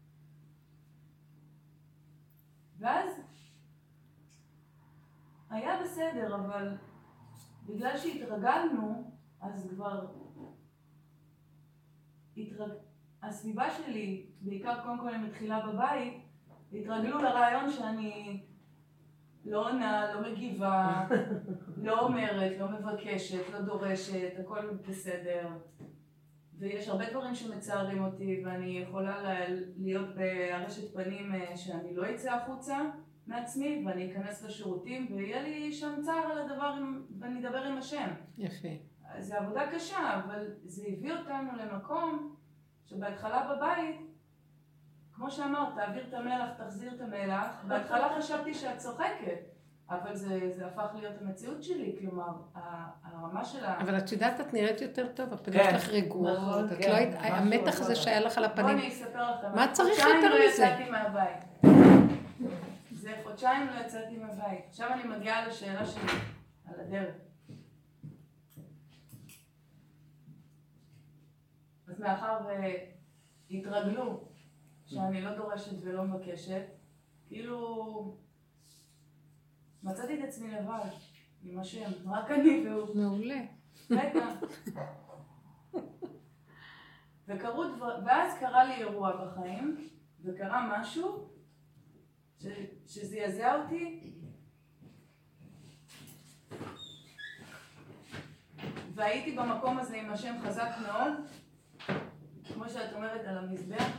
ואז היה בסדר, אבל בגלל שהתרגלנו, אז כבר הסביבה שלי, בעיקר קודם כל אני מתחילה בבית, התרגלו לרעיון שאני לא עונה, לא מגיבה, לא אומרת, לא מבקשת, לא דורשת, הכל בסדר. ויש הרבה דברים שמצערים אותי, ואני יכולה להיות בארשת פנים שאני לא אצא החוצה מעצמי, ואני אכנס לשירותים, ויהיה לי שם צער על הדבר, ואני אדבר עם השם. יפה. זו עבודה קשה, אבל זה הביא אותנו למקום שבהתחלה בבית, כמו שאמרת, תעביר את המלח, תחזיר את המלח. בהתחלה חשבתי שאת צוחקת, אבל זה הפך להיות המציאות שלי, כלומר, הרמה שלה... אבל את יודעת, את נראית יותר טוב, הפנים שלך רגועות, המתח הזה שהיה לך על הפנים. בוא אני אספר לכם. מה צריך יותר מזה? חודשיים לא יצאתי מהבית. זה חודשיים לא יצאתי מהבית. עכשיו אני מגיעה לשאלה שלי, על הדרך. אז מאחר והתרגלו שאני לא דורשת ולא מבקשת, כאילו מצאתי את עצמי לבד, עם השם, רק אני והוא. מעולה. רגע. ואז קרה לי אירוע בחיים, וקרה משהו שזעזע אותי, והייתי במקום הזה עם השם חזק מאוד, כמו שאת אומרת על המזבח.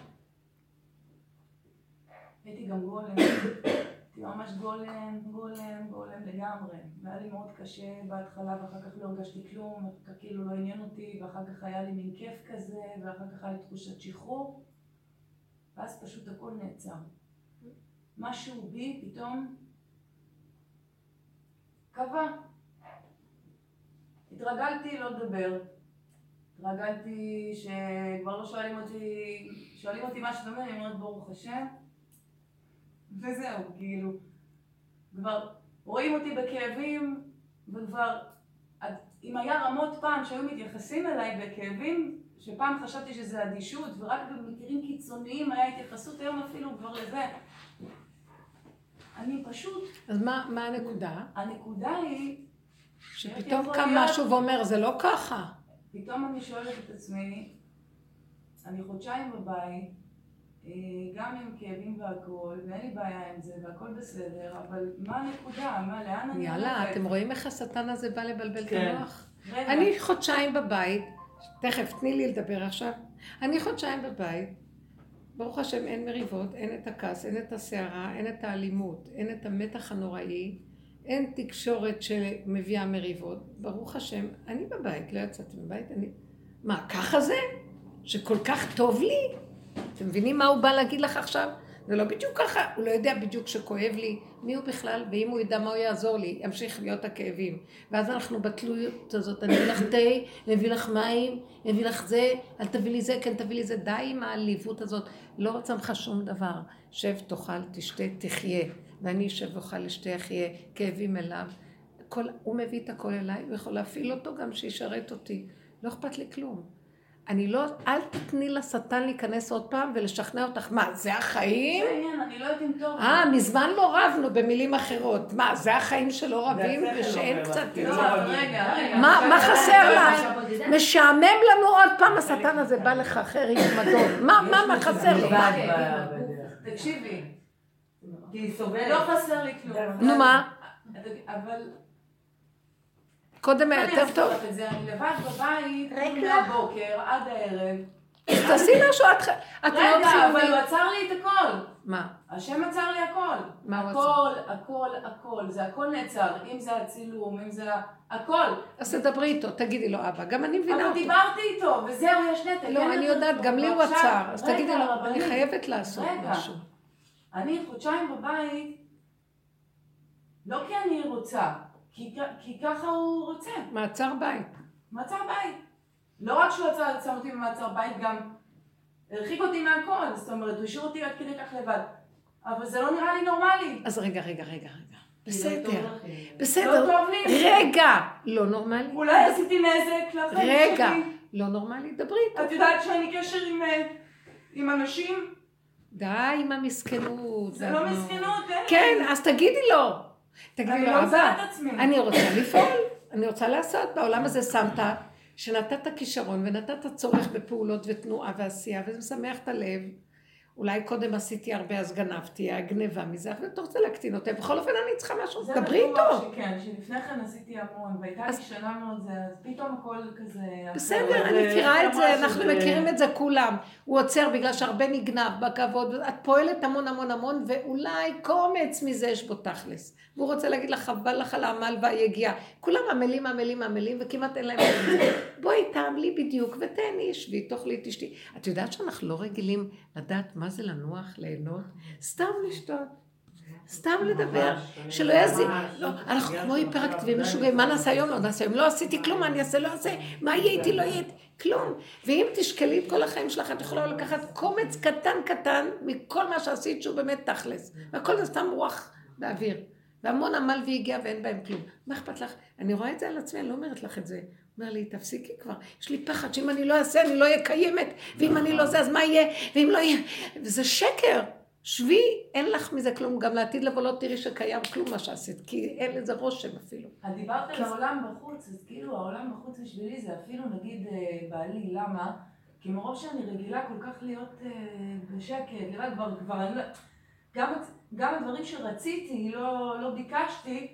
הייתי גם גולם, הייתי ממש גולם לגמרי. והיה לי מאוד קשה בהתחלה, ואחר כך לא הרגשתי כלום, כאילו לא עניין אותי, ואחר כך היה לי מין כיף כזה, ואחר כך היה לי תחושת שחרור, ואז פשוט הכל נעצר. משהו בי פתאום קבע. התרגלתי לא לדבר. התרגלתי שכבר לא שואלים אותי מה שאתה אומר, אני אומרת ברוך השם. וזהו, כאילו. כבר רואים אותי בכאבים, וכבר, אם היה רמות פעם שהיו מתייחסים אליי בכאבים, שפעם חשבתי שזה אדישות, ורק במקרים קיצוניים היה התייחסות, היום אפילו כבר לזה. אני פשוט... אז מה הנקודה? הנקודה היא... שפתאום קם משהו ואומר, זה לא ככה. פתאום אני שואלת את עצמי, אני חודשיים בבית, גם עם כאבים והכל, ואין לי בעיה עם זה, והכל בסדר, אבל מה הנקודה? לאן אני הולכת? יאללה, אתם רואים איך השטן הזה בא לבלבל את המוח? אני חודשיים בבית, תכף, תני לי לדבר עכשיו. אני חודשיים בבית, ברוך השם, אין מריבות, אין את הכעס, אין את הסערה, אין את האלימות, אין את המתח הנוראי, אין תקשורת שמביאה מריבות. ברוך השם, אני בבית, לא יצאתי בבית, מה, ככה זה? שכל כך טוב לי? אתם מבינים מה הוא בא להגיד לך עכשיו? זה לא בדיוק ככה, הוא לא יודע בדיוק שכואב לי מי הוא בכלל, ואם הוא ידע מה הוא יעזור לי, ימשיך להיות הכאבים. ואז אנחנו בתלויות הזאת, אני אביא לך תה, אני אביא לך מים, אני אביא לך זה, אל תביא לי זה, כן תביא לי זה, די עם העליבות הזאת, לא רוצה לך שום דבר. שב, תאכל, תשתה, תחיה, ואני אשב ואוכל לשתה, אחיה, כאבים אליו. הוא מביא את הכל אליי, הוא יכול להפעיל אותו גם שישרת אותי. לא אכפת לי כלום. אני לא, אל תתני לשטן להיכנס עוד פעם ולשכנע אותך. מה, זה החיים? זה עניין, אני לא יודעת אם טוב. מזמן לא רבנו במילים אחרות. מה, זה החיים שלא רבים ושאין קצת? רגע. מה חסר לך? משעמם לנו עוד פעם, השטן הזה בא לך אחר עם מדון. מה חסר לך? תקשיבי. לא חסר לי כלום. נו מה? אבל... קודם היה יותר טוב. אני לבד בבית, מהבוקר עד הערב. תעשי משהו, את לא רגע, אבל הוא עצר לי את הכל. מה? השם עצר לי הכל. מה הוא עצר? הכל. זה הכל נעצר. אם זה הצילום, אם זה הכל. אז תדברי איתו, תגידי לו אבא, גם אני מבינה אותו. אבל דיברתי איתו, וזהו, יש נתק. לא, אני יודעת, גם לי הוא עצר. אז תגידי לו, אני חייבת לעשות משהו. אני חודשיים בבית, לא כי אני רוצה. כי ככה הוא רוצה. מעצר בית. מעצר בית. לא רק שהוא עצר אותי במעצר בית, גם הרחיק אותי מהכל. זאת אומרת, הוא השאיר אותי עד כדי כך לבד. אבל זה לא נראה לי נורמלי. אז רגע. בסדר. לא טוב לי. רגע. לא נורמלי. אולי עשיתי נזק לאחרים שלי. רגע. לא נורמלי, דברי איתו. את יודעת שאני קשר עם אנשים? די עם המסכנות. זה לא מסכנות, כן, אז תגידי לו. תגידי לו, אבא, אני רוצה לפעול, אני רוצה לעשות. בעולם הזה שמת, שנתת כישרון ונתת צורך בפעולות ותנועה ועשייה, וזה משמח את הלב. אולי קודם עשיתי הרבה, אז גנבתי, הגניבה מזה, ואתה רוצה להקטין אותי. בכל אופן אני צריכה משהו, דברי איתו. כן, שלפני כן עשיתי המון, והייתה לי שנה מאוד זה, אז פתאום הכל כזה... בסדר, אני מכירה את זה, אנחנו מכירים את זה כולם. הוא עוצר בגלל שהרבה נגנב בכבוד, את פועלת המון, ואולי קומץ מזה יש בו תכלס. והוא רוצה להגיד לך, חבל לך על העמל והיגיעה. כולם עמלים, וכמעט אין להם את זה. בואי, תעמלי בדיוק, ותהני, שבי, תאכלי, תשתי. את יודעת שאנחנו לא רגילים לדעת מה זה לנוח, ליהנות, סתם לשתות, סתם לדבר, שלא יזיק, לא, אנחנו כמו היפראקטיביים, משוגעים, מה נעשה היום, לא נעשה היום, לא עשיתי כלום, מה אני אעשה, לא אעשה, מה יהיה איתי, לא יהיה, כלום. ואם תשקלי את כל החיים שלך, את יכולה לקחת קומץ קטן, מכל מה שעשית שהוא באמת תכלס, והכל זה סתם רוח באוויר, והמון עמל והגיע ואין בהם כלום. מה אכפת לך? אני רואה את זה על עצמי, אני לא אומרת לך את זה. אומר לי, תפסיקי כבר, יש לי פחד שאם אני לא אעשה, אני לא אהיה קיימת, ואם אני לא זה, אז מה יהיה? ואם לא יהיה, וזה שקר. שבי, אין לך מזה כלום, גם לעתיד לבוא לא תראי שקיים כלום מה שעשית, כי אין לזה רושם אפילו. את דיברת על העולם בחוץ, אז כאילו העולם בחוץ בשבילי זה אפילו נגיד בעלי, למה? כי מרוב שאני רגילה כל כך להיות בשקט, לראה כבר אני לא... גם הדברים שרציתי, לא ביקשתי,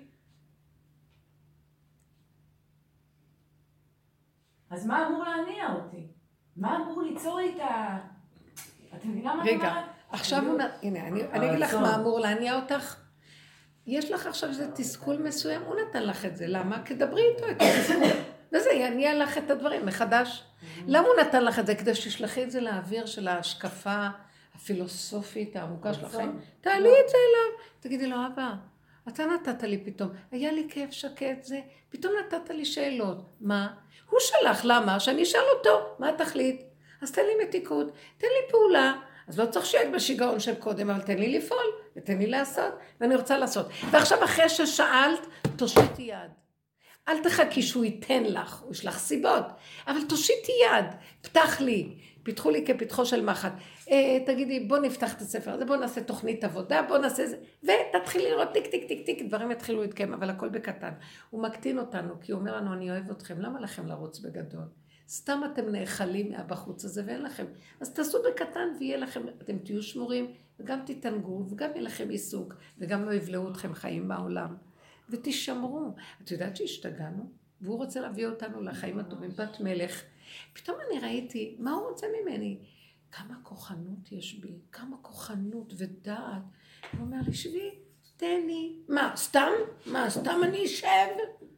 אז מה אמור להניע אותי? מה אמור ליצור איתה? את מבינה מה אני אומרת? רגע, עכשיו הנה, אני אגיד לך מה אמור להניע אותך. יש לך עכשיו איזה תסכול מסוים, הוא נתן לך את זה. למה? כי דברי איתו את התסכול. וזה יניע לך את הדברים מחדש. למה הוא נתן לך את זה? כדי שתשלחי את זה לאוויר של ההשקפה הפילוסופית, העמוקה של החיים. תעלי את זה אליו. תגידי לו, אבא, אתה נתת לי פתאום. היה לי כיף שקט זה. פתאום נתת לי שאלות. מה? הוא שלח, למה? שאני אשאל אותו. מה התכלית? אז תן לי מתיקות, תן לי פעולה. אז לא צריך שיהיה בשיגעון של קודם, אבל תן לי לפעול, ותן לי לעשות, ואני רוצה לעשות. ועכשיו אחרי ששאלת, תושיטי יד. אל תחכי שהוא ייתן לך, הוא ישלח סיבות, אבל תושיטי יד, פתח לי, פיתחו לי כפתחו של מחט. תגידי, בוא נפתח את הספר הזה, בוא נעשה תוכנית עבודה, בוא נעשה זה, ותתחיל לראות טיק טיק טיק טיק, דברים יתחילו להתקיים, אבל הכל בקטן. הוא מקטין אותנו, כי הוא אומר לנו, אני אוהב אתכם, למה לכם לרוץ בגדול? סתם אתם נאכלים מהבחוץ הזה ואין לכם. אז תעשו בקטן ויהיה לכם, אתם תהיו שמורים וגם תתענגו וגם יהיה לכם עיסוק וגם לא יבלעו אתכם חיים בעולם. ותשמרו. את יודעת שהשתגענו? והוא רוצה להביא אותנו לחיים הטובים, בת מלך. פתאום אני ראיתי, מה הוא רוצה ממני? כמה כוחנות יש בי, כמה כוחנות ודעת. הוא אומר לי, שבי, תני. מה, סתם? מה, סתם אני אשב?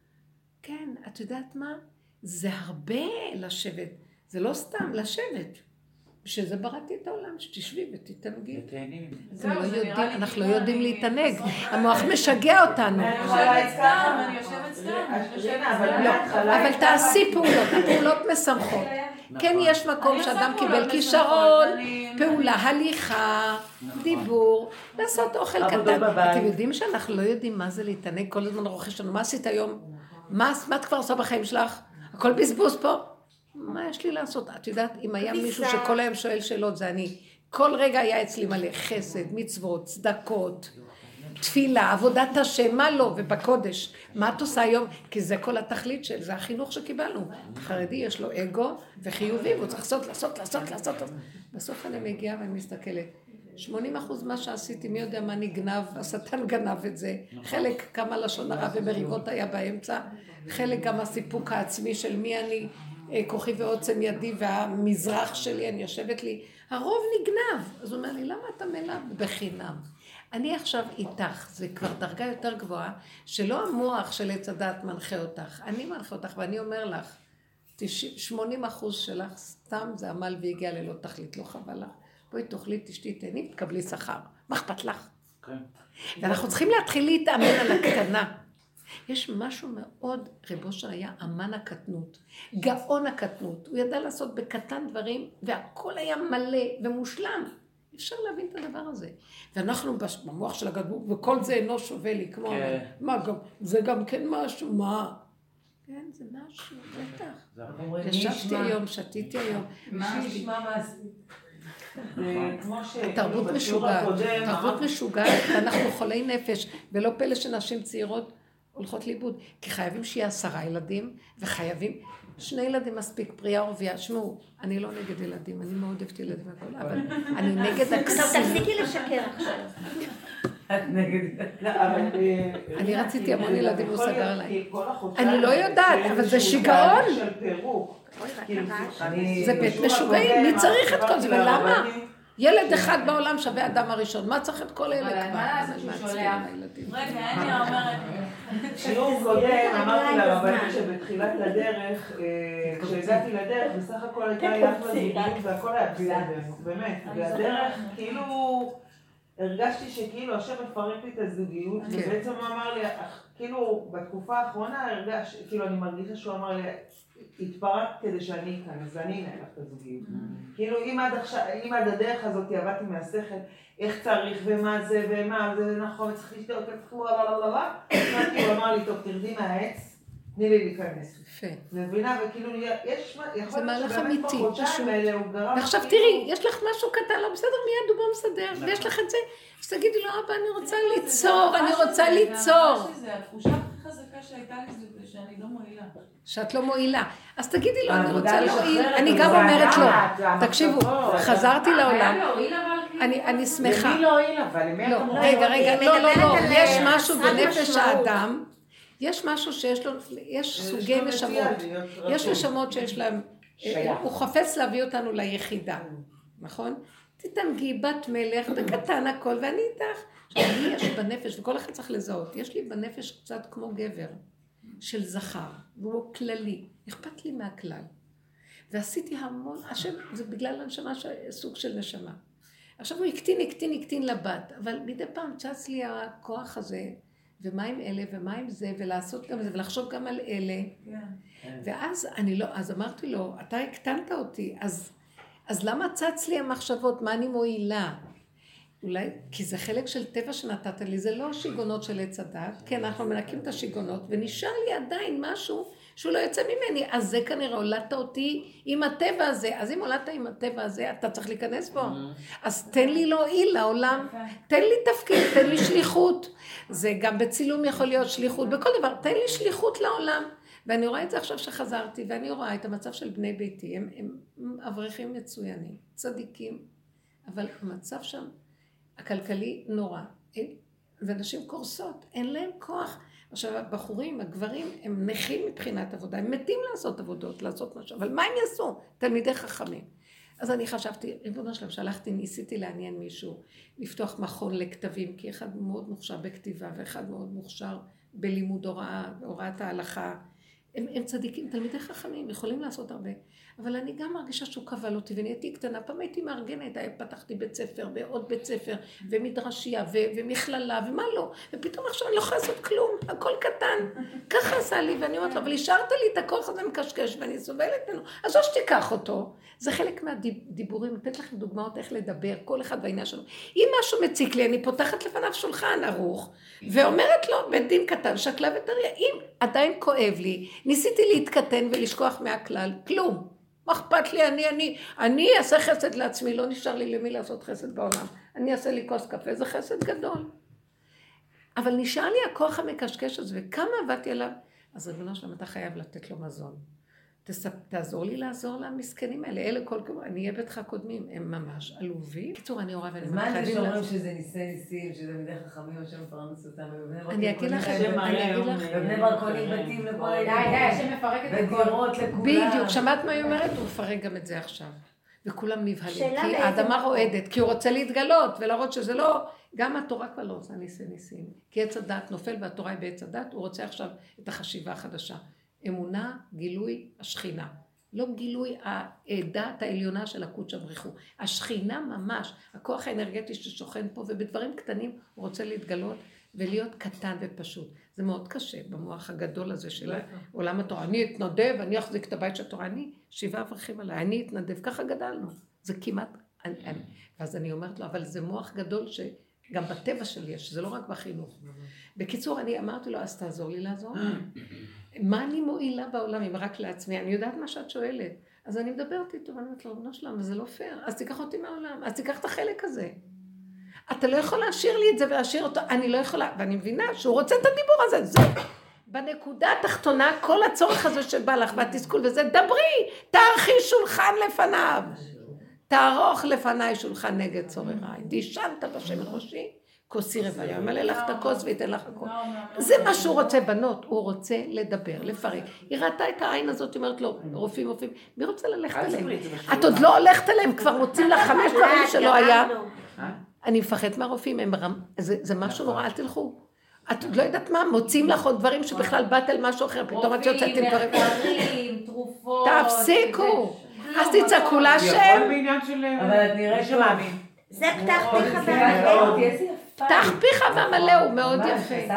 כן, את יודעת מה? זה הרבה לשבת, זה לא סתם לשבת. בשביל זה בראתי את העולם, שתשבי ותתענגי. אנחנו לא יודעים להתענג, המוח משגע אותנו. אני יושבת סתם. אבל תעשי פעולות, הפעולות משמחות. כן יש מקום שאדם קיבל כישרון, פעולה, הליכה, דיבור, לעשות אוכל קטן. אתם יודעים שאנחנו לא יודעים מה זה להתענג, כל הזמן רוכש לנו, מה עשית היום? מה את כבר עושה בחיים שלך? הכל בזבוז פה. מה יש לי לעשות? את יודעת, אם היה מישהו שכל היום שואל שאלות, זה אני. כל רגע היה אצלי מלא חסד, מצוות, צדקות, תפילה, עבודת השם, מה לא, ובקודש. מה את עושה היום? כי זה כל התכלית של זה החינוך שקיבלנו. החרדי יש לו אגו וחיובי, והוא צריך לעשות. בסוף אני מגיעה ואני מסתכלת. 80% מה שעשיתי, מי יודע מה נגנב, השטן גנב את זה. חלק כמה לשון הרע ומריבות היה באמצע. חלק גם הסיפוק העצמי של מי אני, כוחי ועוצם ידי והמזרח שלי, אני יושבת לי. הרוב נגנב. אז הוא אומר לי, למה אתה מלא בחינם? אני עכשיו איתך, זה כבר דרגה יותר גבוהה, שלא המוח של עץ הדת מנחה אותך. אני מנחה אותך ואני אומר לך, 80% שלך סתם זה עמל והגיע ללא תכלית, לא חבל לך. בואי תאכלי, תשתי, תהני, תקבלי שכר. מה אכפת לך? ואנחנו צריכים להתחיל להתאמן על הקטנה. יש משהו מאוד, רב אושר היה אמן הקטנות, גאון הקטנות. הוא ידע לעשות בקטן דברים, והכל היה מלא ומושלם. אפשר להבין את הדבר הזה. ואנחנו במוח של הגדלות, וכל זה אינו שווה לי, כמו, מה גם, זה גם כן משהו, מה? כן, זה משהו, בטח. ישבתי היום, שתיתי היום. מה נשמע מעשי? תרבות משוגעת, אנחנו חולי נפש, ולא פלא שנשים צעירות הולכות לאיבוד, כי חייבים שיהיה 10 ילדים, וחייבים 2 ילדים מספיק, פרייה ורבייה. שמעו, אני לא נגד ילדים, אני מאוד אוהבת ילדים והכל, אבל אני נגד הכסיל. תפסיקי לשקר עכשיו. את נגד. אני רציתי המון ילדים, הוא סגר עליי. אני לא יודעת, אבל זה שיגעון. זה בית משוגעים, מי צריך את כל זה? ולמה? ילד אחד בעולם שווה אדם הראשון, מה צריך את כל אלה כבר? מה לעשות שהוא שולח? רגע, אני אומרת... שיעור קודם אמרתי לרבנית שבתחילת לדרך, כשהגעתי לדרך, בסך הכל הייתה לי אחלה זוגיות והכל היה בסדר, באמת. והדרך, כאילו, הרגשתי שכאילו השם מפרק לי את הזוגיות, ובעצם הוא אמר לי, כאילו, בתקופה האחרונה כאילו אני מרגישה שהוא אמר לי, התפרק כדי שאני כאן, אז אני אנהל לך את הזוגיות. כאילו, אם עד הדרך הזאת עבדתי מהשכל, איך צריך ומה זה ומה, זה נכון, צריך לשתות, הוא אמר לי, טוב, תרדי מהעץ, תני לי להיכנס. יפה. מבינה, וכאילו, יש, יכול להיות שבאמת בחודשיים האלה הוא גרם... ועכשיו תראי, יש לך משהו קטן, לא בסדר, מיד הוא בא מסדר, ויש לך את זה, אז תגידי לו, אבא, אני רוצה ליצור, אני רוצה ליצור. התחושה הכי חזקה שהייתה לי זה שאני לא מועילה. שאת לא מועילה. אז תגידי לו, אני רוצה להועיל. אני גם אומרת לו, תקשיבו, חזרתי לעולם. אני שמחה. למי לא הועיל אבל? רגע, לא, יש משהו בנפש האדם, יש משהו שיש לו, יש סוגי נשמות. יש נשמות שיש להם, הוא חפץ להביא אותנו ליחידה, נכון? תתנגי בת מלך, בקטן הכל, ואני איתך. עכשיו, לי יש בנפש, וכל אחד צריך לזהות, יש לי בנפש קצת כמו גבר. של זכר, והוא כללי, אכפת לי מהכלל. ועשיתי המון, השם, זה בגלל הנשמה, סוג של נשמה. עכשיו הוא הקטין לבת, אבל מדי פעם צץ לי הכוח הזה, ומה עם אלה, ומה עם זה, ולעשות גם זה, ולחשוב גם על אלה. ואז אז אמרתי לו, אתה הקטנת אותי, אז למה צץ לי המחשבות, מה אני מועילה? אולי, כי זה חלק של טבע שנתת לי, זה לא שיגונות של עץ הדת, כן, אנחנו מנקים את השיגונות, ונשאר לי עדיין משהו שהוא לא יוצא ממני, אז זה כנראה הולדת אותי עם הטבע הזה, אז אם הולדת עם הטבע הזה, אתה צריך להיכנס בו, אז תן לי להועיל לעולם, תן לי תפקיד, תן לי שליחות, זה גם בצילום יכול להיות שליחות, בכל דבר, תן לי שליחות לעולם, ואני רואה את זה עכשיו שחזרתי, ואני רואה את המצב של בני ביתי, הם אברכים מצוינים, צדיקים, אבל המצב שם, הכלכלי נורא, ואנשים קורסות, אין להם כוח. עכשיו, הבחורים, הגברים, הם נכים מבחינת עבודה, הם מתים לעשות עבודות, לעשות משהו, אבל מה הם יעשו? תלמידי חכמים. אז אני חשבתי, ריבונו שלם, ניסיתי לעניין מישהו, לפתוח מכון לכתבים, כי אחד מאוד מוכשר בכתיבה, ואחד מאוד מוכשר בלימוד הוראת ההלכה. הם צדיקים, תלמידי חכמים, יכולים לעשות הרבה. אבל אני גם מרגישה שהוא קבל אותי, ונהייתי קטנה, פעם הייתי מארגנת, פתחתי בית ספר, ועוד בית ספר, ומדרשייה, ומכללה, ומה לא. ופתאום עכשיו אני לא יכולה לעשות כלום, הכל קטן. ככה עשה לי, ואני אומרת לו, אבל השארת לי את הכוח הזה מקשקש, ואני סובלת ממנו. אז או שתיקח אותו. זה חלק מהדיבורים, נתת לכם דוגמאות איך לדבר, כל אחד בעניין שלו. אם משהו מציק לי, אני פותחת לפניו שולחן ערוך, ואומרת לו, בית דין קטן, שקלה וטריה, אם עדיין כואב לי, ניסיתי להתקטן ולשכוח מהכלל, כלום. מה אכפת לי, אני אעשה חסד לעצמי, לא נשאר לי למי לעשות חסד בעולם. אני אעשה לי כוס קפה, זה חסד גדול. אבל נשאר לי הכוח המקשקש הזה, וכמה עבדתי עליו, אז ריבונו שלם, אתה חייב לתת לו מזון. תעזור לי לעזור למסכנים האלה, אלה כל כמו, אני אהיה ביתך קודמים, הם ממש עלובים. קיצור, אני רואה ואני חייבים לעזור. אז מה אני שאומרים שזה ניסים, שזה מדי חכמים, השם פרנס אותם, אני אגיד לכם, בבני ברק קונים בתים לכל די, השם מפרק את ודירות לכולם. בדיוק, שמעת מה היא אומרת? הוא מפרק גם את זה עכשיו. וכולם נבהלים, כי האדמה רועדת, כי הוא רוצה להתגלות, ולהראות שזה לא, גם התורה כבר לא עושה ניסים. כי עץ הדת נופל והתורה היא בעץ הדת, הוא רוצה עכשיו את החשיבה החדשה. אמונה, גילוי, השכינה. לא גילוי הדת העליונה של הקודש הבריחו. השכינה ממש, הכוח האנרגטי ששוכן פה, ובדברים קטנים הוא רוצה להתגלות ולהיות קטן ופשוט. זה מאוד קשה במוח הגדול הזה של עולם התורה. אני אתנדב, אני אחזיק את הבית של התורה, אני 7 אברכים עליי, אני אתנדב, ככה גדלנו. זה כמעט, ואז אני אומרת לו, אבל זה מוח גדול שגם בטבע שלי יש, זה לא רק בחינוך. בקיצור, אני אמרתי לו, אז תעזור לי לעזור. מה אני מועילה בעולם אם רק לעצמי? אני יודעת מה שאת שואלת. אז אני מדברת איתו, ואני אומרת לו, בנו שלם, וזה לא פייר. אז תיקח אותי מהעולם, אז תיקח את החלק הזה. אתה לא יכול להשאיר לי את זה ולהשאיר אותו, אני לא יכולה, ואני מבינה שהוא רוצה את הדיבור הזה, זה. בנקודה התחתונה, כל הצורך הזה שבא לך, והתסכול וזה, דברי, תערכי שולחן לפניו. תערוך לפניי שולחן נגד צורריי. דישנת בשם ראשי. כוסי רוויה, ימלא לך את הכוס ויתן לך הכל. זה מה שהוא רוצה, בנות, הוא רוצה לדבר, לפרק. היא ראתה את העין הזאת, היא אומרת לו, רופאים, מי רוצה ללכת עליהם? את עוד לא הולכת עליהם, כבר מוצאים לך 5 דברים שלא היה. אני מפחדת מהרופאים, זה משהו נורא, אל תלכו. את עוד לא יודעת מה, מוצאים לך עוד דברים שבכלל באת על משהו אחר, פתאום את יוצאת עם דברים. רופאים, תרופות. תפסיקו. אז תצעקו להשם. אבל את נראית שמאמין. זה פתח פיך והמלא. פתח פיך והמלא הוא מאוד יפה.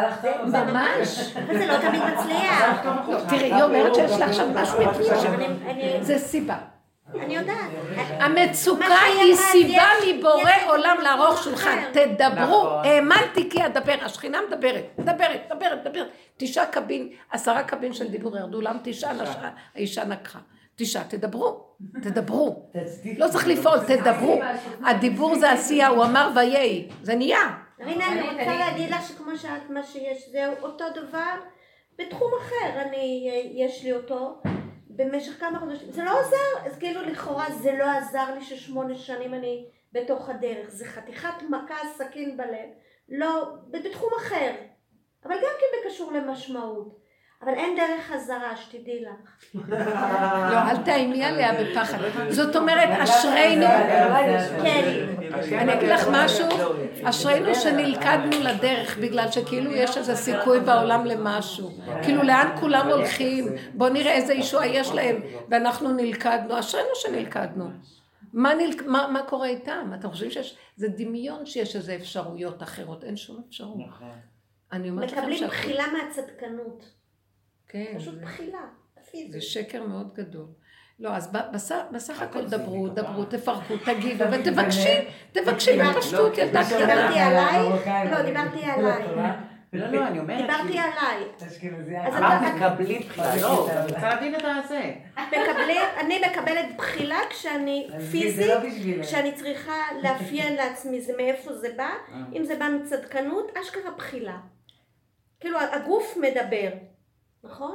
ממש. אבל זה לא תמיד מצליח. תראי, היא אומרת שיש לך שם משהו מפנימי. זה סיבה. אני יודעת. המצוקה היא סיבה מבורא עולם לערוך שולחן. תדברו, האמנתי כי אדבר, השכינה מדברת. 9 קבין, 10 קבין של דיבור ירדו, למה 9 האישה נקחה. 9, תדברו. לא צריך לפעול, תדברו. הדיבור זה עשייה, הוא אמר ויהי, זה נהיה. רינה, אני רוצה להגיד לך שכמו שאת מה שיש, זה אותו דבר בתחום אחר. יש לי אותו במשך כמה חודשים. זה לא עזר, אז כאילו לכאורה זה לא עזר לי ש8 שנים אני בתוך הדרך. זה חתיכת מכה סכין בלב, לא, בתחום אחר. אבל גם כן בקשור למשמעות. אבל אין דרך חזרה, שתדעי לך. לא, אל תאיימי עליה בפחד. זאת אומרת, אשרינו, אני אגיד לך משהו, אשרינו שנלכדנו לדרך, בגלל שכאילו יש איזה סיכוי בעולם למשהו. כאילו לאן כולם הולכים, בוא נראה איזה ישוע יש להם, ואנחנו נלכדנו, אשרינו שנלכדנו. מה קורה איתם? אתם חושבים זה דמיון שיש איזה אפשרויות אחרות, אין שום אפשרות. מקבלים בחילה מהצדקנות. כן. פשוט בחילה, פיזית. זה שקר מאוד גדול. לא, אז בסך הכל דברו, תפרקו, תגידו, ותבקשי בפשטות, ילדה קטנה. דיברתי עליי? לא, דיברתי עליי. לא, אני אומרת. דיברתי עליי. אמרת מקבלים בחילה, לא, אני רוצה להבין את הזה. אני מקבלת בחילה כשאני פיזית, כשאני צריכה לאפיין לעצמי, זה מאיפה זה בא, אם זה בא מצדקנות, אשכרה בחילה. כאילו, הגוף מדבר. נכון?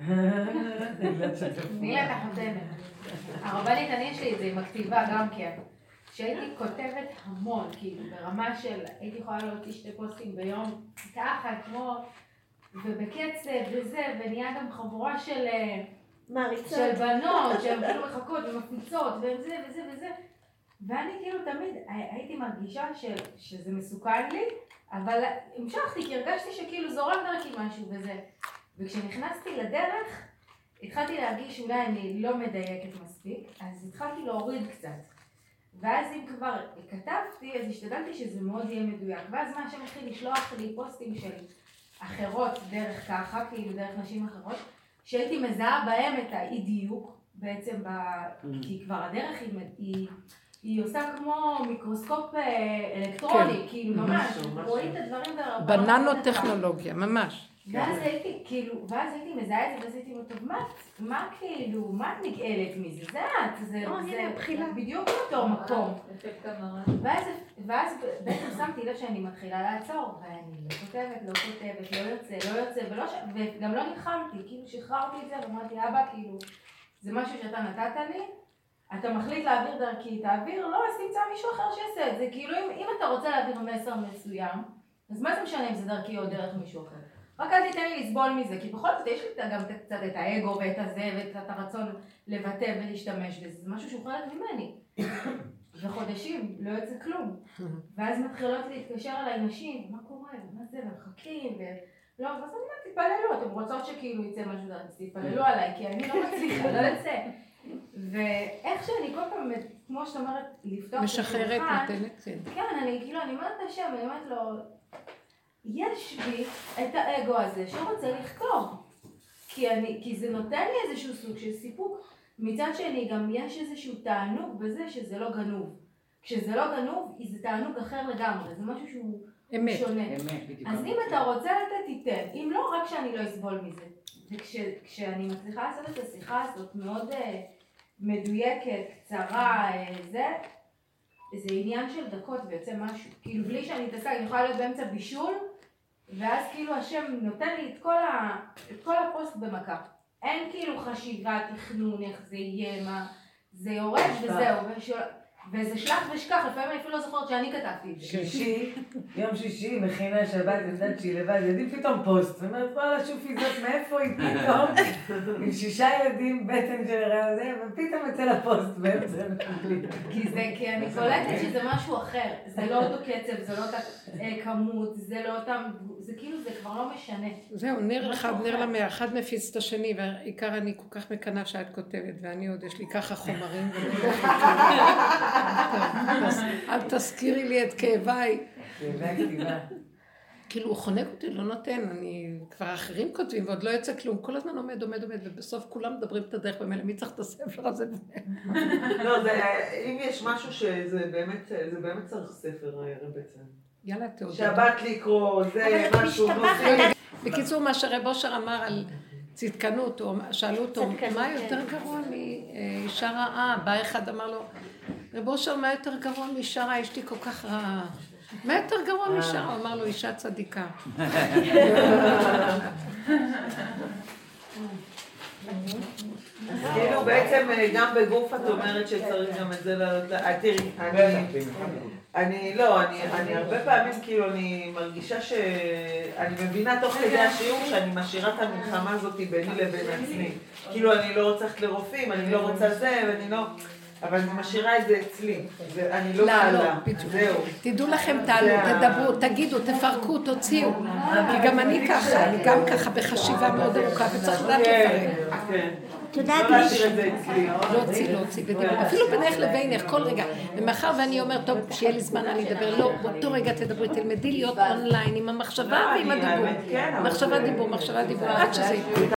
מילה תחתמת. הרבנית, אני יש לי את זה עם הכתיבה גם כן. שהייתי כותבת המון, כאילו, ברמה של הייתי יכולה להוציא 2 פוסטים ביום, ככה, כמו, ובקצב וזה, ונהיה גם חבורה של בנות, שהן כאילו מחכות ומפיצות, וזה וזה וזה. ואני כאילו תמיד הייתי מרגישה שזה מסוכן לי, אבל המשכתי, כי הרגשתי שכאילו זורם דרכי משהו וזה. וכשנכנסתי לדרך, התחלתי להרגיש שאולי אני לא מדייקת מספיק, אז התחלתי להוריד קצת. ואז אם כבר כתבתי, אז השתדלתי שזה מאוד יהיה מדויק. ואז מה השם התחיל לשלוח לי פוסטים של אחרות דרך ככה, כאילו דרך נשים אחרות, שהייתי מזהה בהם את האי דיוק, בעצם, כי כבר הדרך היא עושה כמו מיקרוסקופ אלקטרוני, כאילו ממש, רואים את הדברים בננו-טכנולוגיה, ממש. ואז הייתי מזהה את זה, ואז הייתי אומרת, טוב, מה כאילו, מה את נגאלת מזה? זה את, זה בדיוק באותו מקום. ואז בעצם שמתי לב שאני מתחילה לעצור, ואני לא כותבת, לא יוצא, וגם לא נלחמתי, כאילו שחררתי את זה, ואמרתי, אבא, כאילו, זה משהו שאתה נתת לי, אתה מחליט להעביר דרכי, תעביר, לא, אז תמצא מישהו אחר שיעשה את זה, כאילו אם אתה רוצה להעביר מסר מסוים, אז מה זה משנה אם זה דרכי או דרך מישהו אחר? רק אל תיתן לי לסבול מזה, כי בכל זאת יש לי גם קצת את האגו ואת הזה ואת הרצון לבטא ולהשתמש בזה, זה משהו שהוא חלק ממני. וחודשים, לא יוצא כלום. ואז מתחילות להתקשר אליי נשים, מה קורה, מה זה, ומחכים, לא, ואז אני אומרת, תתפללו, אתם רוצות שכאילו יצא משהו, אז תתפללו עליי, כי אני לא מצליחה, לא יוצא. ואיך שאני כל פעם, כמו שאת אומרת, לפתוח את משחררת, נותנת, כן, אני אומרת את השם, אני אומרת לו, יש בי את האגו הזה שרוצה לכתוב, כי זה נותן לי איזשהו סוג של סיפוק. מצד שני גם יש איזשהו תענוג בזה שזה לא גנוב. כשזה לא גנוב, זה תענוג אחר לגמרי, זה משהו שהוא שונה. אז אם אתה רוצה לתת, תיתן. אם לא, רק שאני לא אסבול מזה. וכשאני מצליחה לעשות את השיחה הזאת מאוד מדויקת, קצרה, זה עניין של דקות ויוצא משהו. כאילו בלי שאני אתעסק, אני יכולה להיות באמצע בישול, ואז כאילו השם נותן לי את כל הפוסט במכה. אין כאילו חשיבה, תכנון, איך זה יהיה, מה, זה יורד וזהו, וזה שלח ושכח, לפעמים אני אפילו לא זוכרת שאני כתבתי את זה. יום שישי, מכינה שבת, יודעת שהיא לבד, ילדים פתאום פוסט, זאת אומרת, וואלה, שופי זאת, מאיפה היא פתאום, עם 6 ילדים בטן של הרעיון הזה, ופתאום יצא לפוסט באמצע. כי אני קולטת שזה משהו אחר, זה לא אותו קצב, זה לא אותה כמות, זה לא אותם, זה כאילו, זה כבר לא משנה. זהו, נר אחד, נר למאה, אחד מפיץ את השני, והעיקר אני כל כך מקנה שאת כותבת, ואני עוד יש לי ככה חומרים, אל תזכירי לי את כאביי. כאבי הכתיבה. כאילו הוא חונק אותי, לא נותן, אני כבר אחרים כותבים ועוד לא יוצא כלום, כל הזמן עומד, ובסוף כולם מדברים את הדרך במילא, מי צריך את הספר הזה? לא, אם יש משהו שזה באמת צריך ספר, רבצן. יאללה, תעודד. שבת לקרוא, זה משהו נושא. בקיצור, מה שרב אושר אמר על צדקנות, שאלו אותו, מה יותר גרוע מאישה רעה? בא אחד אמר לו, רב אושר, מה יותר גרוע מאישה רעה? אשתי כל כך רעה. מה יותר גרוע מאישה רעה? הוא אמר לו, אישה צדיקה. כאילו בעצם גם בגוף את אומרת שצריך גם את זה תראי, אני הרבה פעמים כאילו אני מרגישה שאני מבינה תוך כדי השיעור שאני משאירה את המלחמה הזאת ביני לבין עצמי. כאילו אני לא רוצה ללכת לרופאים, אני לא רוצה זה, ואני לא... אבל אני משאירה את זה אצלי, ואני לא מעלה, זהו. תדעו לכם, תעלו, תדברו, תגידו, תפרקו, תוציאו. כי גם אני ככה, אני גם ככה בחשיבה מאוד ארוכה, וצריך לדעת לפרק. את יודעת לא להשאיר את זה אצלי. להוציא, בדיוק. אפילו בינך לבינך, כל רגע. ומאחר ואני אומר, טוב, שיהיה לי זמן אני אדבר, לא, באותו רגע תדברי, תלמדי להיות אונליין עם המחשבה ועם הדיבור. מחשבה דיבור, עד שזה יקרה.